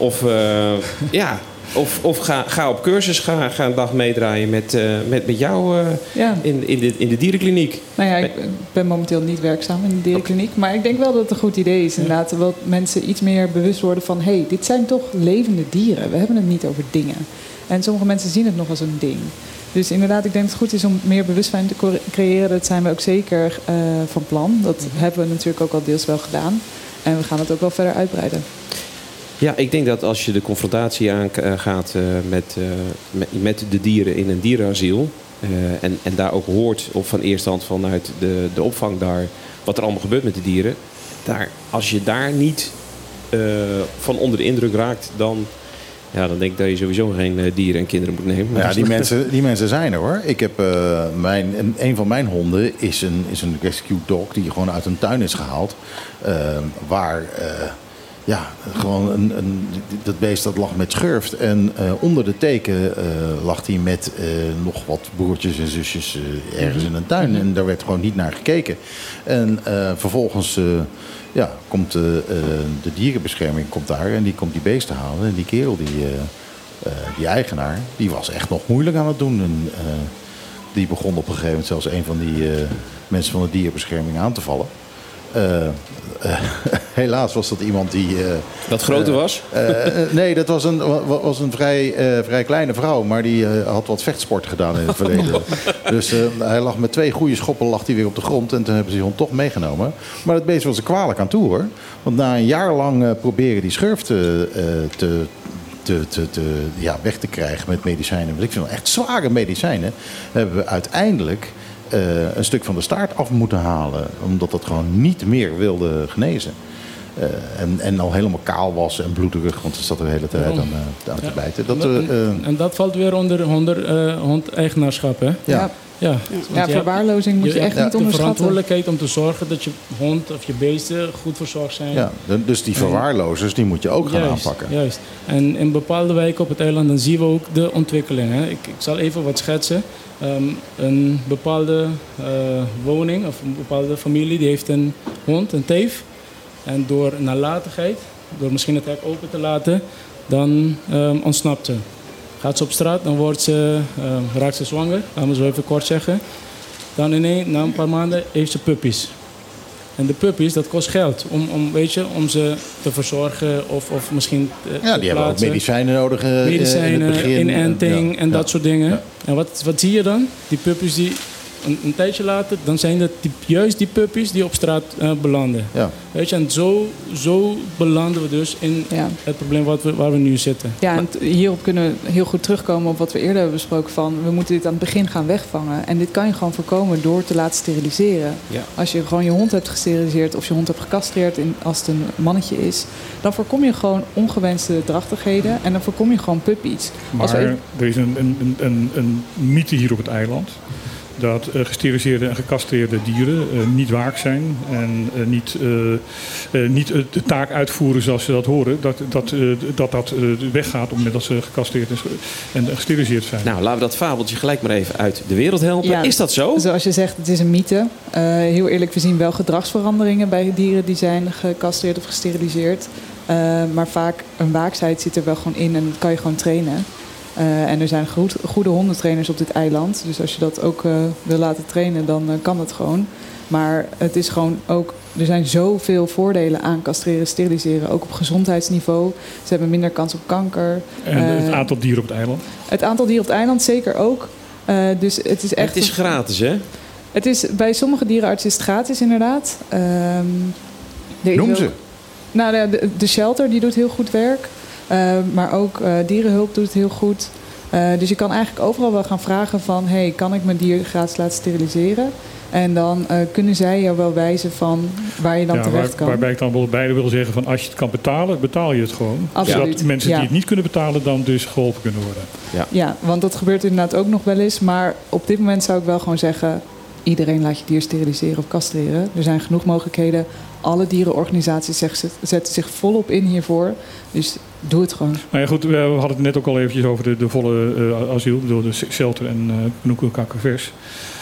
Of ga op cursus, ga een dag meedraaien met jou in de dierenkliniek. Nou ja, ik ben momenteel niet werkzaam in de dierenkliniek. Maar ik denk wel dat het een goed idee is. Inderdaad, dat mensen iets meer bewust worden van, hey, dit zijn toch levende dieren. We hebben het niet over dingen. En sommige mensen zien het nog als een ding. Dus inderdaad, ik denk dat het goed is om meer bewustzijn te creëren. Dat zijn we ook zeker van plan. Dat hebben we natuurlijk ook al deels wel gedaan. En we gaan het ook wel verder uitbreiden. Ja, ik denk dat als je de confrontatie aangaat met de dieren in een dierenasiel, en daar ook hoort of van eerste hand vanuit de opvang daar wat er allemaal gebeurt met de dieren, als je daar niet van onder de indruk raakt, dan denk ik dat je sowieso geen dieren en kinderen moet nemen. Ja, die mensen zijn er, hoor. Ik heb een van mijn honden is een rescue dog die gewoon uit een tuin is gehaald, waar gewoon dat beest dat lag met schurft. En onder de teken lag hij met nog wat broertjes en zusjes ergens in een tuin. En daar werd gewoon niet naar gekeken. En vervolgens komt de dierenbescherming daar en die komt die beesten halen. En die kerel, die eigenaar, die was echt nog moeilijk aan het doen. En die begon op een gegeven moment zelfs een van die mensen van de dierenbescherming aan te vallen. Helaas was dat iemand die... dat grote was? Nee, dat was een vrij kleine vrouw. Maar die had wat vechtsport gedaan in het verleden. Dus hij lag met 2 goede schoppen lag hij weer op de grond. En toen hebben ze die hond toch meegenomen. Maar het beest was er kwalijk aan toe, hoor. Want na een jaar lang proberen die schurf te weg te krijgen met medicijnen. Want ik vind wel echt zware medicijnen. Hebben we uiteindelijk een stuk van de staart af moeten halen. Omdat dat gewoon niet meer wilde genezen. En al helemaal kaal was en bloederig, want ze zat er de hele tijd aan te bijten. En dat valt weer onder hondeigenaarschap, hè? Ja. Ja, verwaarlozing moet je echt niet de onderschatten. verantwoordelijkheid om te zorgen dat je hond of je beesten goed verzorgd zijn. Ja, dus die verwaarlozers die moet je ook gaan aanpakken. Juist. En in bepaalde wijken op het eiland dan zien we ook de ontwikkeling. Hè. Ik zal even wat schetsen. Een bepaalde woning of een bepaalde familie die heeft een hond, een teef. En door nalatigheid, door misschien het hek open te laten, dan ontsnapt ze. Gaat ze op straat, dan raakt ze zwanger, laten we zo even kort zeggen. Dan na een paar maanden heeft ze puppies. En de puppies, dat kost geld om ze te verzorgen of misschien die hebben ook medicijnen nodig medicijnen, in het begin. Inenting en dat soort dingen. Ja. En wat zie je dan? Die puppies die een tijdje later, dan zijn dat juist die puppies die op straat belanden. Ja. Weet je, en zo belanden we dus in het probleem waar we nu zitten. Ja, en hierop kunnen we heel goed terugkomen op wat we eerder hebben besproken van we moeten dit aan het begin gaan wegvangen. En dit kan je gewoon voorkomen door te laten steriliseren. Ja. Als je gewoon je hond hebt gesteriliseerd of je hond hebt gecastreerd als het een mannetje is, dan voorkom je gewoon ongewenste drachtigheden en dan voorkom je gewoon puppies. Maar er is een mythe hier op het eiland. Dat gesteriliseerde en gecastreerde dieren niet waak zijn en niet de taak uitvoeren zoals ze dat horen. Dat weggaat op het moment dat ze gecastreerd en gesteriliseerd zijn. Nou, laten we dat fabeltje gelijk maar even uit de wereld helpen. Ja, is dat zo? Zoals je zegt, het is een mythe. Heel eerlijk, we zien wel gedragsveranderingen bij dieren die zijn gecastreerd of gesteriliseerd. Maar vaak een waaksheid zit er wel gewoon in en dat kan je gewoon trainen. En er zijn goede hondentrainers op dit eiland. Dus als je dat ook wil laten trainen, dan kan dat gewoon. Maar het is gewoon ook, er zijn zoveel voordelen aan castreren, steriliseren. Ook op gezondheidsniveau. Ze hebben minder kans op kanker. En het aantal dieren op het eiland? Het aantal dieren op het eiland zeker ook. Dus het is echt. Het is gratis, hè? Het is, bij sommige dierenartsen is het gratis, inderdaad. Noem ze. Nou, de shelter die doet heel goed werk. Maar ook dierenhulp doet het heel goed. Dus je kan eigenlijk overal wel gaan vragen van hey, kan ik mijn dier gratis laten steriliseren? En dan kunnen zij jou wel wijzen van waar je dan terecht kan. Waarbij ik dan wel beide wil zeggen van als je het kan betalen, betaal je het gewoon. Absoluut. Zodat mensen die het niet kunnen betalen dan dus geholpen kunnen worden. Ja, want dat gebeurt inderdaad ook nog wel eens. Maar op dit moment zou ik wel gewoon zeggen, iedereen laat je dier steriliseren of castreren. Er zijn genoeg mogelijkheden. Alle dierenorganisaties zetten zich volop in hiervoor. Dus doe het gewoon. Nou ja, goed, we hadden het net ook al eventjes over de volle asiel. De shelter en Knoekelkakkervers.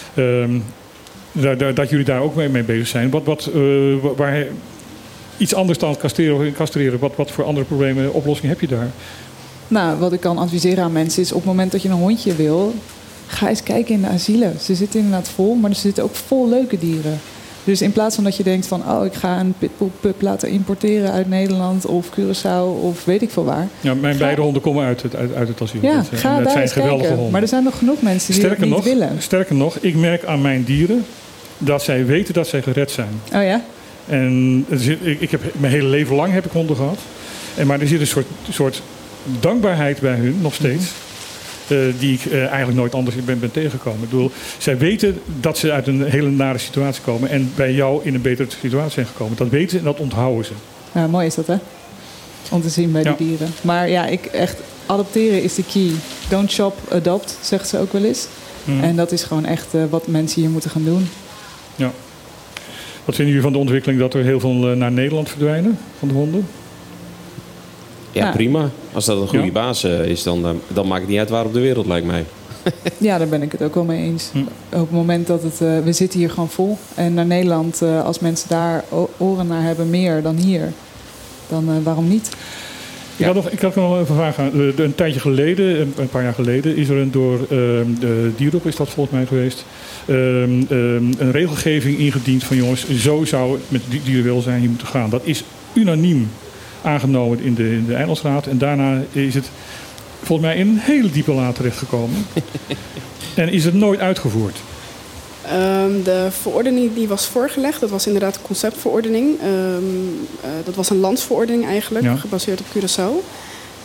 Dat jullie daar ook mee bezig zijn. Waar iets anders dan castreren. Wat voor andere problemen, oplossingen heb je daar? Nou, wat ik kan adviseren aan mensen is op het moment dat je een hondje wil, ga eens kijken in de asielen. Ze zitten inderdaad vol, maar er zitten ook vol leuke dieren. Dus in plaats van dat je denkt van ik ga een pitbull pup laten importeren uit Nederland of Curaçao of weet ik veel waar. Ja, mijn beide honden komen uit het asiel. Ja, ga daar eens kijken. Honden. Maar er zijn nog genoeg mensen die het niet willen. Sterker nog, ik merk aan mijn dieren dat zij weten dat zij gered zijn. Oh ja? En mijn hele leven lang heb ik honden gehad. Maar er zit een soort dankbaarheid bij hun nog steeds. Die ik eigenlijk nooit anders ben tegengekomen. Ik bedoel, zij weten dat ze uit een hele nare situatie komen en bij jou in een betere situatie zijn gekomen. Dat weten ze en dat onthouden ze. Ja, mooi is dat, hè? Om te zien bij die dieren. Maar ja, adopteren is de key. Don't shop, adopt, zegt ze ook wel eens. Mm. En dat is gewoon echt wat mensen hier moeten gaan doen. Ja. Wat vinden jullie van de ontwikkeling dat er heel veel naar Nederland verdwijnen van de honden? Ja, prima. Als dat een goede baas is, dan maakt het niet uit waar op de wereld, lijkt mij. Ja, daar ben ik het ook wel mee eens. Op het moment dat we zitten hier gewoon vol. En naar Nederland, als mensen daar oren naar hebben, meer dan hier, dan waarom niet? Ja. Ik had nog een vraag aan. Een tijdje geleden, een paar jaar geleden, is er door de Dierop, is dat volgens mij geweest, een regelgeving ingediend van jongens, zo zou het met dierenwelzijn hier moeten gaan. Dat is unaniem aangenomen in de Eilandsraad. En daarna is het volgens mij in een hele diepe la terechtgekomen. En is het nooit uitgevoerd? De verordening die was voorgelegd, dat was inderdaad een conceptverordening. Dat was een landsverordening eigenlijk, gebaseerd op Curaçao.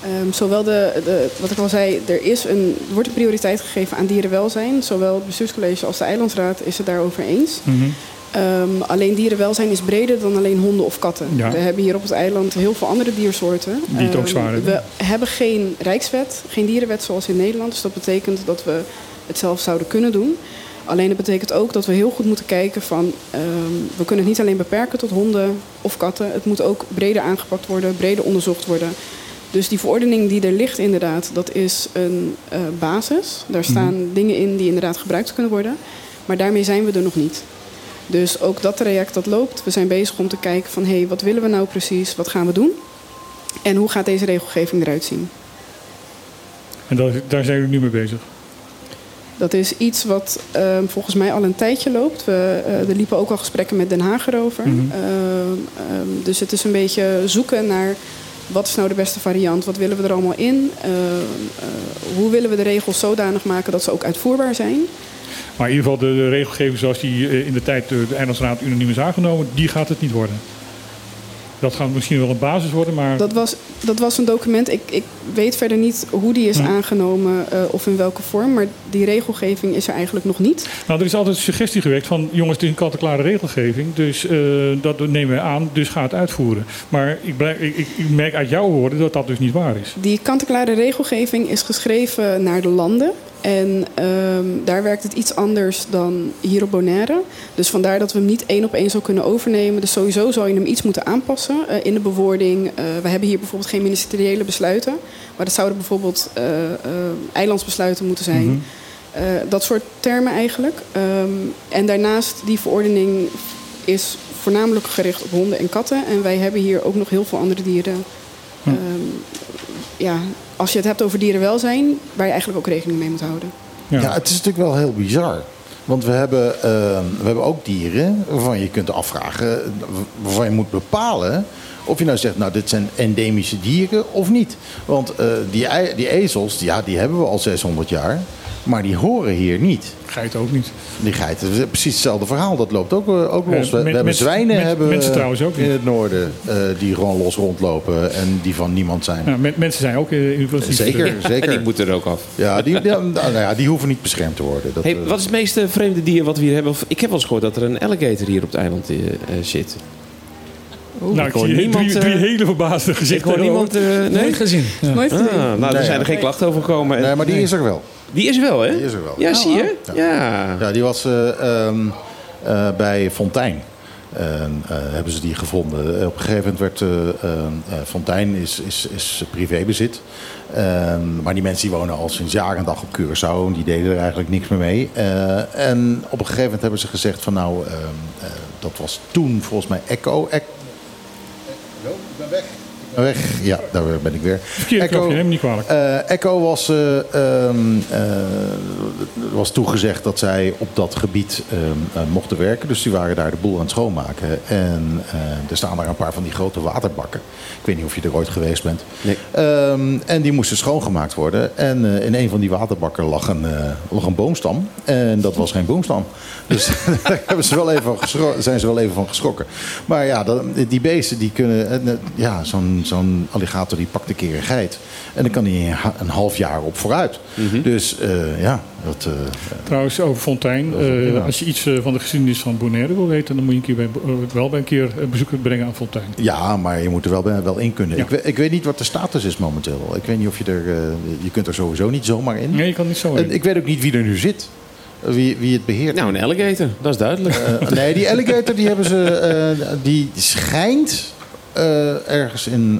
Zowel wat ik al zei, er wordt een prioriteit gegeven aan dierenwelzijn. Zowel het bestuurscollege als de eilandsraad is het daarover eens. Alleen dierenwelzijn is breder dan alleen honden of katten. Ja. We hebben hier op het eiland heel veel andere diersoorten. Die het ook zwaar hebben. We hebben geen rijkswet, geen dierenwet zoals in Nederland. Dus dat betekent dat we het zelf zouden kunnen doen. Alleen dat betekent ook dat we heel goed moeten kijken van... we kunnen het niet alleen beperken tot honden of katten. Het moet ook breder aangepakt worden, breder onderzocht worden. Dus die verordening die er ligt inderdaad, dat is een basis. Daar staan dingen in die inderdaad gebruikt kunnen worden. Maar daarmee zijn we er nog niet. Dus ook dat traject dat loopt. We zijn bezig om te kijken van... hé, wat willen we nou precies? Wat gaan we doen? En hoe gaat deze regelgeving eruit zien? En daar zijn jullie nu mee bezig? Dat is iets wat volgens mij al een tijdje loopt. Er liepen ook al gesprekken met Den Haag erover. Dus het is een beetje zoeken naar... wat is nou de beste variant? Wat willen we er allemaal in? Hoe willen we de regels zodanig maken dat ze ook uitvoerbaar zijn? Maar in ieder geval de regelgeving zoals die in de tijd de Eilandsraad unaniem is aangenomen... die gaat het niet worden. Dat gaat misschien wel een basis worden, maar... Dat was een document. Ik weet verder niet hoe die is aangenomen of in welke vorm. Maar die regelgeving is er eigenlijk nog niet. Nou, er is altijd een suggestie geweest van... jongens, het is een kant-en-klare regelgeving. Dus dat nemen we aan, dus ga het uitvoeren. Maar ik merk uit jouw woorden dat dat dus niet waar is. Die kant-en-klare regelgeving is geschreven naar de landen. En daar werkt het iets anders dan hier op Bonaire. Dus vandaar dat we hem niet 1 op 1 zo kunnen overnemen. Dus sowieso zou je hem iets moeten aanpassen in de bewoording. We hebben hier bijvoorbeeld geen ministeriële besluiten. Maar dat zouden bijvoorbeeld eilandsbesluiten moeten zijn. Dat soort termen eigenlijk. En daarnaast, die verordening is voornamelijk gericht op honden en katten. En wij hebben hier ook nog heel veel andere dieren. Als je het hebt over dierenwelzijn, waar je eigenlijk ook rekening mee moet houden. Ja, het is natuurlijk wel heel bizar. Want we hebben ook dieren waarvan je kunt afvragen... waarvan je moet bepalen of je nou zegt... nou, dit zijn endemische dieren of niet. Want die ezels, die hebben we al 600 jaar... maar die horen hier niet. Geiten ook niet. Die geiten, precies hetzelfde verhaal. Dat loopt ook los. We hebben zwijnen mensen trouwens ook in het noorden... die gewoon los rondlopen en die van niemand zijn. Ja, mensen zijn ook invasief. Zeker. En die moeten er ook af. Ja, die hoeven niet beschermd te worden. Wat is het meest vreemde dier wat we hier hebben? Ik heb wel eens gehoord dat er een alligator hier op het eiland zit. Nou, ik zie drie hele verbaasde gezichten. Ik hoor niemand... Nooit gezien. Ja. Nooit gezien. Er zijn er geen klachten over gekomen. Nee, maar die is er wel. Die is er wel, hè? Die is er wel. Ja, zie je? Ja, die was bij Fontijn. Hebben ze die gevonden. Op een gegeven moment werd Fontijn is privébezit. Maar die mensen die wonen al sinds jaren en dag op Curaçao. En die deden er eigenlijk niks meer mee. En op een gegeven moment hebben ze gezegd van nou... dat was toen volgens mij Echo. Ik ben weg. Ja, daar ben ik weer. Echo, neem me niet kwalijk. Echo was toegezegd dat zij op dat gebied mochten werken. Dus die waren daar de boel aan het schoonmaken. En er staan daar een paar van die grote waterbakken. Ik weet niet of je er ooit geweest bent. Nee. En die moesten schoongemaakt worden. En in een van die waterbakken lag een boomstam. En dat was geen boomstam. Dus daar zijn ze wel even van geschrokken. Maar ja, die beesten die kunnen... Zo'n alligator die pakt een keer een geit. En dan kan hij een half jaar op vooruit. Dus dat... Trouwens, over Fontijn. Als je iets van de geschiedenis van Bonaire wil weten... dan moet je bij een keer bezoek brengen aan Fontijn. Ja, maar je moet er wel in kunnen. Ja. Ik weet niet wat de status is momenteel. Ik weet niet of je er... je kunt er sowieso niet zomaar in. Nee, je kan niet zomaar in. Ik weet ook niet wie er nu zit. Wie het beheert. Nou, een alligator. Dat is duidelijk. Nee, die alligator die hebben ze... die schijnt... ergens in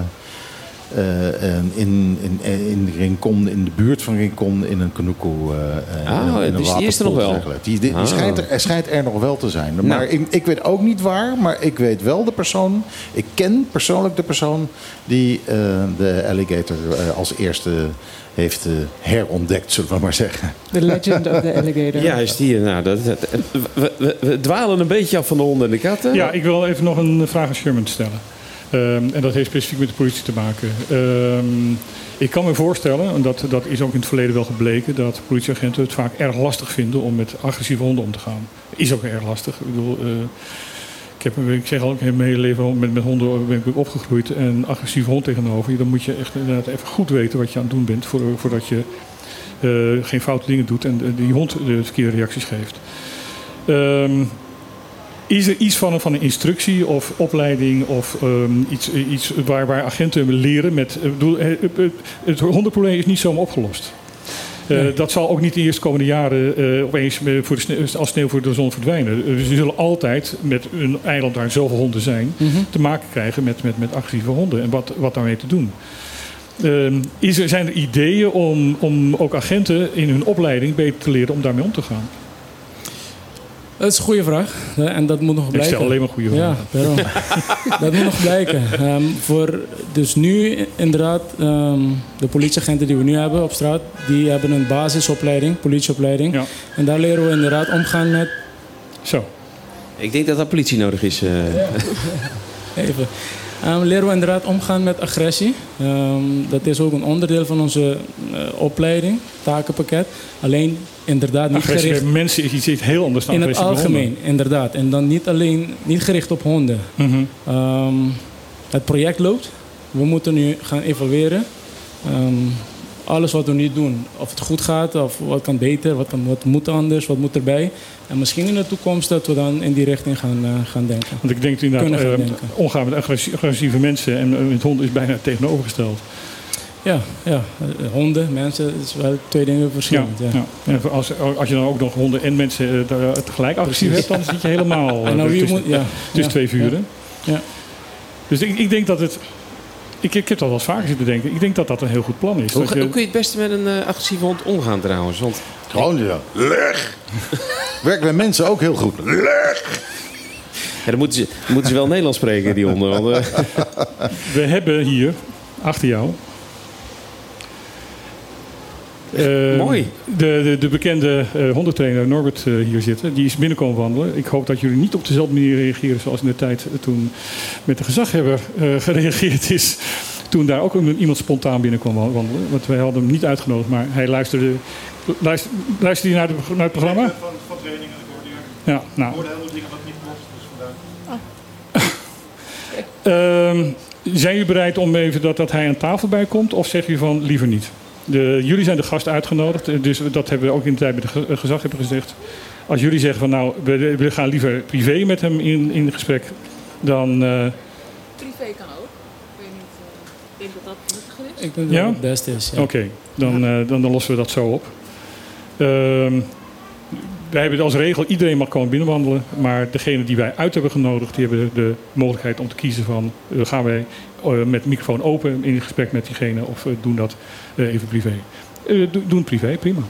Rincon, in de buurt van Rincon, in een Kanuku. Die is er nog wel. Die schijnt er nog wel te zijn. Maar ik weet ook niet waar, maar ik weet wel de persoon. Ik ken persoonlijk de persoon die de alligator als eerste heeft herontdekt, zullen we maar zeggen. The legend of the alligator. Ja, is die. We dwalen een beetje af van de honden en de katten. Ja, ik wil even nog een vraag aan Sherman stellen. En dat heeft specifiek met de politie te maken. Ik kan me voorstellen, en dat is ook in het verleden wel gebleken... dat politieagenten het vaak erg lastig vinden om met agressieve honden om te gaan. Is ook erg lastig. Ik bedoel, Ik zeg al, ik heb mijn hele leven al met honden ben ik opgegroeid. En een agressieve hond tegenover je, dan moet je echt inderdaad even goed weten wat je aan het doen bent. Voordat je geen foute dingen doet en die hond de verkeerde reacties geeft. Is er iets van een instructie of opleiding of iets waar agenten leren? Het hondenprobleem is niet zomaar opgelost. Dat zal ook niet de eerstkomende jaren opeens als sneeuw voor de zon verdwijnen. Dus ze zullen altijd met een eiland waar zoveel honden zijn te maken krijgen met agressieve honden en wat daarmee te doen. Zijn er ideeën om ook agenten in hun opleiding beter te leren om daarmee om te gaan? Dat is een goede vraag. En dat moet nog blijken. Ik stel alleen maar goede vragen. Ja, dat moet nog blijken. Dus nu inderdaad, de politieagenten die we nu hebben op straat, die hebben een basisopleiding, politieopleiding. Ja. En daar leren we inderdaad omgaan met... Zo. Ik denk dat dat politie nodig is. Even. Leren we inderdaad omgaan met agressie. Dat is ook een onderdeel van onze opleiding, takenpakket. Alleen inderdaad niet agressie gericht... bij mensen is iets heel anders dan in het algemeen, inderdaad. En dan niet gericht op honden. Het project loopt. We moeten nu gaan evalueren. Alles wat we nu doen, of het goed gaat, of wat kan beter, wat moet anders, wat moet erbij. En misschien in de toekomst dat we dan in die richting gaan denken. Want ik denk inderdaad, omgaan met agressieve mensen en met honden is bijna tegenovergesteld. Ja, honden, mensen, dat is wel twee dingen verschillend. Ja. En als je dan ook nog honden en mensen tegelijk agressief hebt, dan zit je helemaal tussen twee vuren. Ja. Dus ik denk dat het... Ik heb dat wel eens vaker zitten denken. Ik denk dat dat een heel goed plan is. Hoe kun je het beste met een agressieve hond omgaan trouwens? Want... Gewoon leg! Werkt bij mensen ook heel goed. Leg! Ja, dan moeten ze wel Nederlands spreken, die honden. Want, We hebben hier, achter jou... Mooi. De bekende hondentrainer Norbert hier zitten. Die is binnenkomen wandelen. Ik hoop dat jullie niet op dezelfde manier reageren zoals in de tijd toen met de gezaghebber gereageerd is. Toen daar ook iemand spontaan binnenkwam wandelen. Want wij hadden hem niet uitgenodigd, maar hij luisterde. Luisterde hij naar het programma? Van trainingen, ik hoorde hier. Ja, nou. Ik hoorde heel veel dingen wat niet mocht, dus vandaar. Zijn jullie bereid om even dat hij aan tafel bij komt? Of zeg je van liever niet? Jullie zijn de gast uitgenodigd, dus dat hebben we ook in de tijd met de gezaghebber gezegd. Als jullie zeggen van nou, we gaan liever privé met hem in gesprek, dan... Privé kan ook. Ik weet niet, ik denk dat dat nuttiger is. Ik denk dat het beste is, ja. Oké, dan lossen we dat zo op. Wij hebben als regel, iedereen mag komen binnenwandelen, maar degene die wij uit hebben genodigd, die hebben de mogelijkheid om te kiezen van, gaan wij met de microfoon open in gesprek met diegene of doen dat even privé. Doen privé, prima.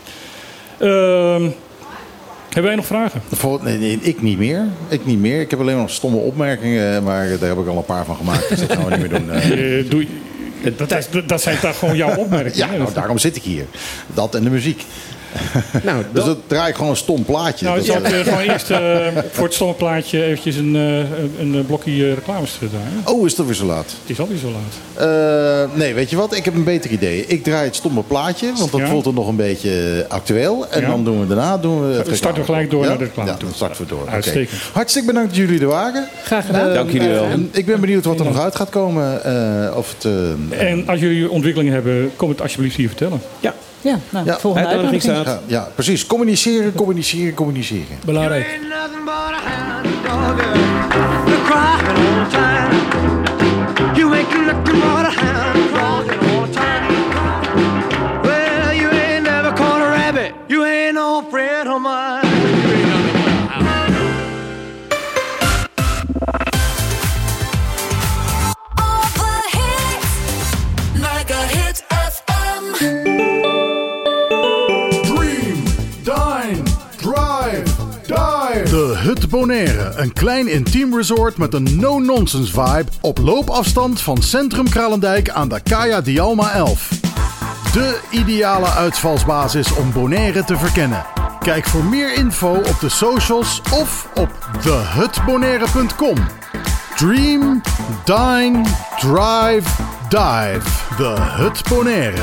Hebben wij nog vragen? Nee, ik niet meer. Ik heb alleen nog stomme opmerkingen, maar daar heb ik al een paar van gemaakt. Dus dat gaan we niet meer doen. Dat zijn toch gewoon jouw opmerkingen? Ja, daarom zit ik hier. Dat en de muziek. Nou, dus dat draai ik gewoon een stom plaatje. Nou, je zou gewoon eerst voor het stomme plaatje eventjes een blokje reclames draaien. Oh, is dat weer zo laat? Het is alweer zo laat. Nee, weet je wat? Ik heb een beter idee. Ik draai het stomme plaatje, want dat voelt er nog een beetje actueel. En dan doen we daarna... starten we gelijk door naar de reclame. Ja, dan starten we door. Uitstekend. Okay. Hartstikke bedankt dat jullie er waren. Graag gedaan. Dank jullie wel. Ik ben benieuwd wat er nog uit gaat komen. En als jullie ontwikkelingen hebben, kom het alsjeblieft hier vertellen. Ja, volgende uitnodiging. Ja, precies. Communiceren. Belangrijk. You ain't nothing but a hound crawling all the time. Well, you ain't never caught a rabbit. You ain't no friend of mine. De Hut Bonaire, een klein intiem resort met een no-nonsense vibe op loopafstand van Centrum Kralendijk aan de Kaya Dialma 11. De ideale uitvalsbasis om Bonaire te verkennen. Kijk voor meer info op de socials of op thehutbonaire.com. Dream, dine, drive, dive. De Hut Bonaire.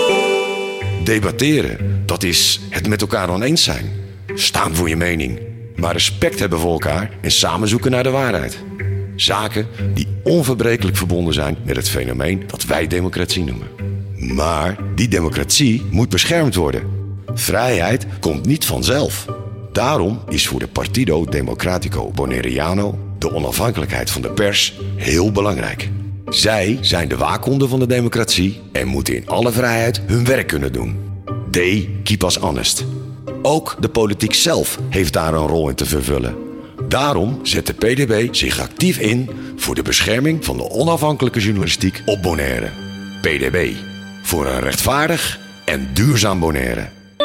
Debatteren, dat is het met elkaar oneens zijn. Staan voor je mening. maar respect hebben voor elkaar en samen zoeken naar de waarheid. Zaken die onverbrekelijk verbonden zijn met het fenomeen dat wij democratie noemen. Maar die democratie moet beschermd worden. Vrijheid komt niet vanzelf. Daarom is voor de Partido Democrático Bonaireano de onafhankelijkheid van de pers heel belangrijk. Zij zijn de waakhonden van de democratie en moeten in alle vrijheid hun werk kunnen doen. They keep us honest. Ook de politiek zelf heeft daar een rol in te vervullen. Daarom zet de PDB zich actief in voor de bescherming van de onafhankelijke journalistiek op Bonaire. PDB, voor een rechtvaardig en duurzaam Bonaire.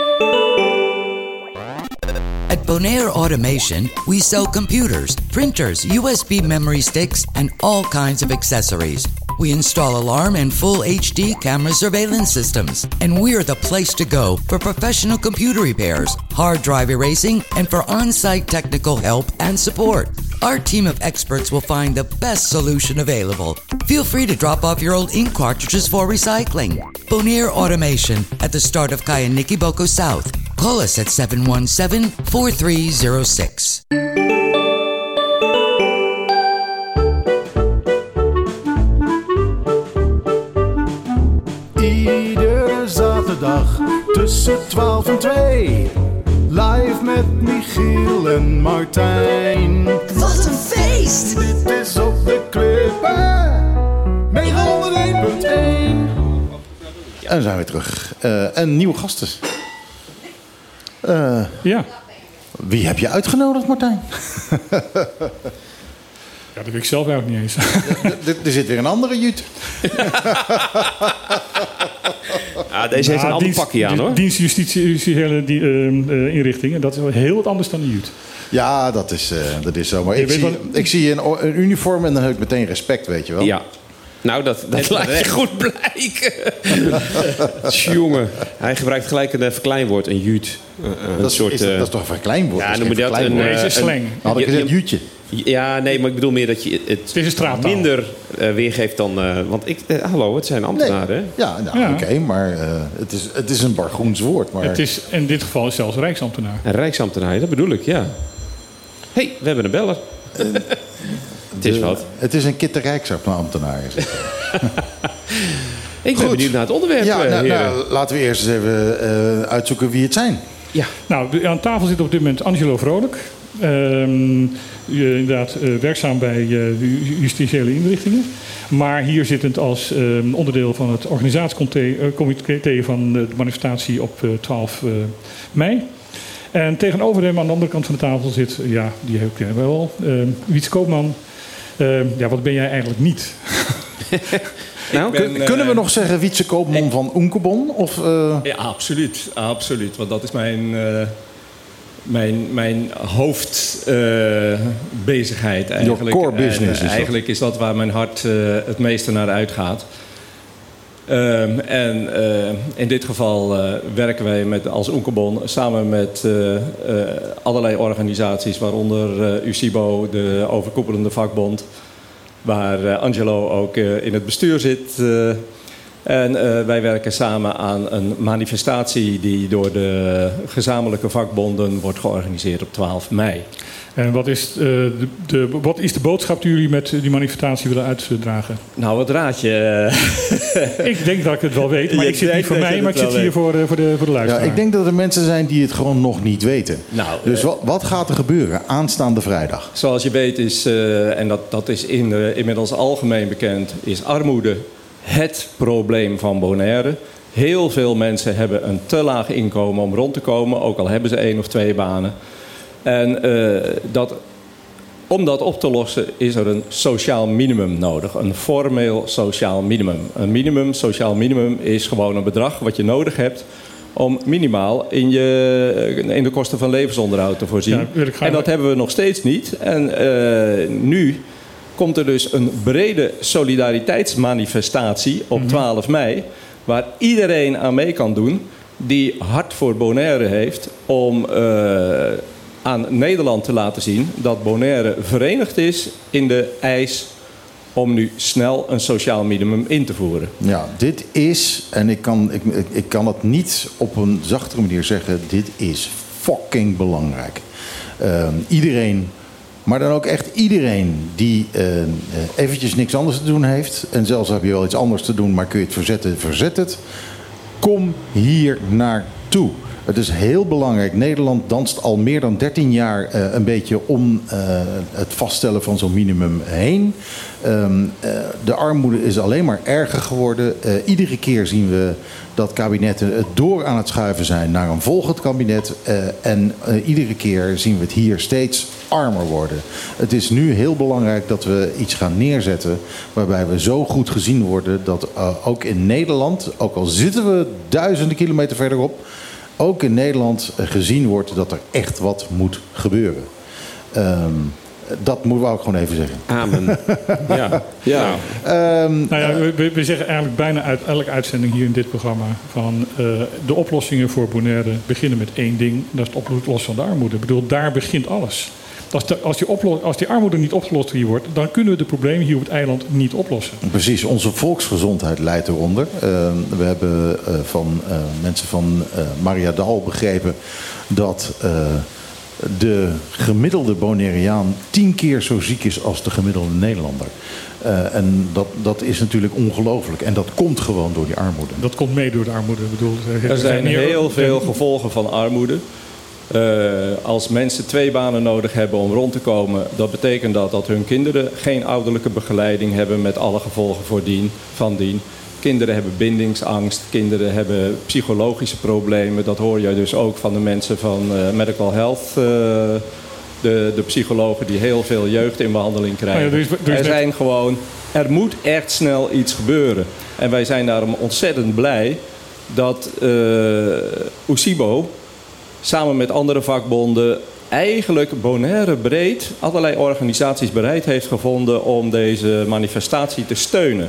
At Bonaire Automation, we sell computers, printers, USB memory sticks, and all kinds of accessories. We install alarm and full HD camera surveillance systems. And we're the place to go for professional computer repairs, hard drive erasing, and for on-site technical help and support. Our team of experts will find the best solution available. Feel free to drop off your old ink cartridges for recycling. Bonaire Automation at the start of Kayaniki Boko South. Call us at 717-4306. Iedere zaterdag tussen 12 en 2. Live met Michiel en Martijn. Wat een feest! Dit is op de Klippen 901.1. En dan zijn we weer terug. En nieuwe gasten. Ja. Wie heb je uitgenodigd, Martijn? Ja, dat weet ik zelf eigenlijk niet eens. Er zit weer een andere Jut. Deze heeft een ander pakje aan, hoor. Dienst justitiële inrichtingen, dat is wel heel wat anders dan een Jut. Ja, dat is zo. Maar ik zie een uniform en dan heb ik meteen respect, weet je wel. Ja. Nou, dat laat je goed blijken. Jongen, hij gebruikt gelijk een verkleinwoord, een Jut. Dat is toch een verkleinwoord? Ja, noem je dat een slang. Had ik gezegd Jutje. Ja, nee, maar ik bedoel meer dat je het minder weergeeft dan... want hallo, het zijn ambtenaren, hè? Ja, oké, maar het is een bargoens woord. Maar... Het is in dit geval zelfs rijksambtenaar. Een rijksambtenaar, dat bedoel ik, ja. Hé, we hebben een beller. Het is wat. Het is een kitte rijksambtenaar. Ik ben benieuwd naar het onderwerp, nou, laten we eerst eens even uitzoeken wie het zijn. Ja. Nou, aan tafel zit op dit moment Angelo Vrolijk. Inderdaad werkzaam bij justitiële inrichtingen. Maar hier zittend als onderdeel van het organisatiecomité van de manifestatie op 12 mei. En tegenover hem aan de andere kant van de tafel zit, ja, die kennen we wel, Wietse Koopman. Ja, wat ben jij eigenlijk niet? Kunnen we nog zeggen Wietse Koopman van Oenkebon? Of, Ja, absoluut. Absoluut. Want dat is mijn hoofdbezigheid eigenlijk. Your core business is eigenlijk is dat waar mijn hart het meeste naar uitgaat. In dit geval werken wij als Oenkebon samen met allerlei organisaties, waaronder UCIBO, de overkoepelende vakbond, waar Angelo ook in het bestuur zit. Wij werken samen aan een manifestatie die door de gezamenlijke vakbonden wordt georganiseerd op 12 mei. En wat is de boodschap die jullie met die manifestatie willen uitdragen? Nou, wat raad je? Ik denk dat ik het wel weet, maar ik zit niet voor mij, maar ik zit hier voor de luisteraar. Ja, ik denk dat er mensen zijn die het gewoon nog niet weten. Nou, dus wat gaat er gebeuren aanstaande vrijdag? Zoals je weet is, en dat is inmiddels algemeen bekend, is armoede het probleem van Bonaire. Heel veel mensen hebben een te laag inkomen om rond te komen, ook al hebben ze 1 of 2 banen. En om dat op te lossen is er een sociaal minimum nodig. Een formeel sociaal minimum. Een sociaal minimum is gewoon een bedrag wat je nodig hebt om minimaal in de kosten van levensonderhoud te voorzien. Ja, en dat hebben we nog steeds niet. En nu komt er dus een brede solidariteitsmanifestatie op 12 mei... waar iedereen aan mee kan doen die hart voor Bonaire heeft om aan Nederland te laten zien dat Bonaire verenigd is in de eis om nu snel een sociaal minimum in te voeren. Ja, dit is, en ik kan het niet op een zachtere manier zeggen, dit is fucking belangrijk. Iedereen, maar dan ook echt iedereen die eventjes niks anders te doen heeft. En zelfs heb je wel iets anders te doen, maar kun je het verzetten, verzet het. Kom hier naartoe. Het is heel belangrijk. Nederland danst al meer dan 13 jaar een beetje om het vaststellen van zo'n minimum heen. De armoede is alleen maar erger geworden. Iedere keer zien we dat kabinetten het door aan het schuiven zijn naar een volgend kabinet. En iedere keer zien we het hier steeds armer worden. Het is nu heel belangrijk dat we iets gaan neerzetten waarbij we zo goed gezien worden dat ook in Nederland, ook al zitten we duizenden kilometer verderop, ook in Nederland gezien wordt dat er echt wat moet gebeuren. Dat moeten we ook gewoon even zeggen. Amen. Ja. We zeggen eigenlijk bijna uit elke uitzending hier in dit programma van de oplossingen voor Bonaire beginnen met één ding. Dat is het oplossen van de armoede. Ik bedoel, daar begint alles. Als die armoede niet opgelost hier wordt, dan kunnen we de problemen hier op het eiland niet oplossen. Precies, onze volksgezondheid leidt eronder. We hebben van mensen van Mariadal begrepen dat de gemiddelde Bonaireaan 10 keer zo ziek is als de gemiddelde Nederlander. En dat is natuurlijk ongelooflijk. En dat komt gewoon door die armoede. Dat komt mee door de armoede. Ik bedoel, er zijn heel veel gevolgen van armoede. Als mensen 2 banen nodig hebben om rond te komen, dat betekent dat hun kinderen geen ouderlijke begeleiding hebben met alle gevolgen van dien. Kinderen hebben bindingsangst, kinderen hebben psychologische problemen. Dat hoor je dus ook van de mensen van Medical Health, de psychologen die heel veel jeugd in behandeling krijgen. Er moet echt snel iets gebeuren. En wij zijn daarom ontzettend blij dat UCIBO samen met andere vakbonden eigenlijk Bonaire breed allerlei organisaties bereid heeft gevonden om deze manifestatie te steunen.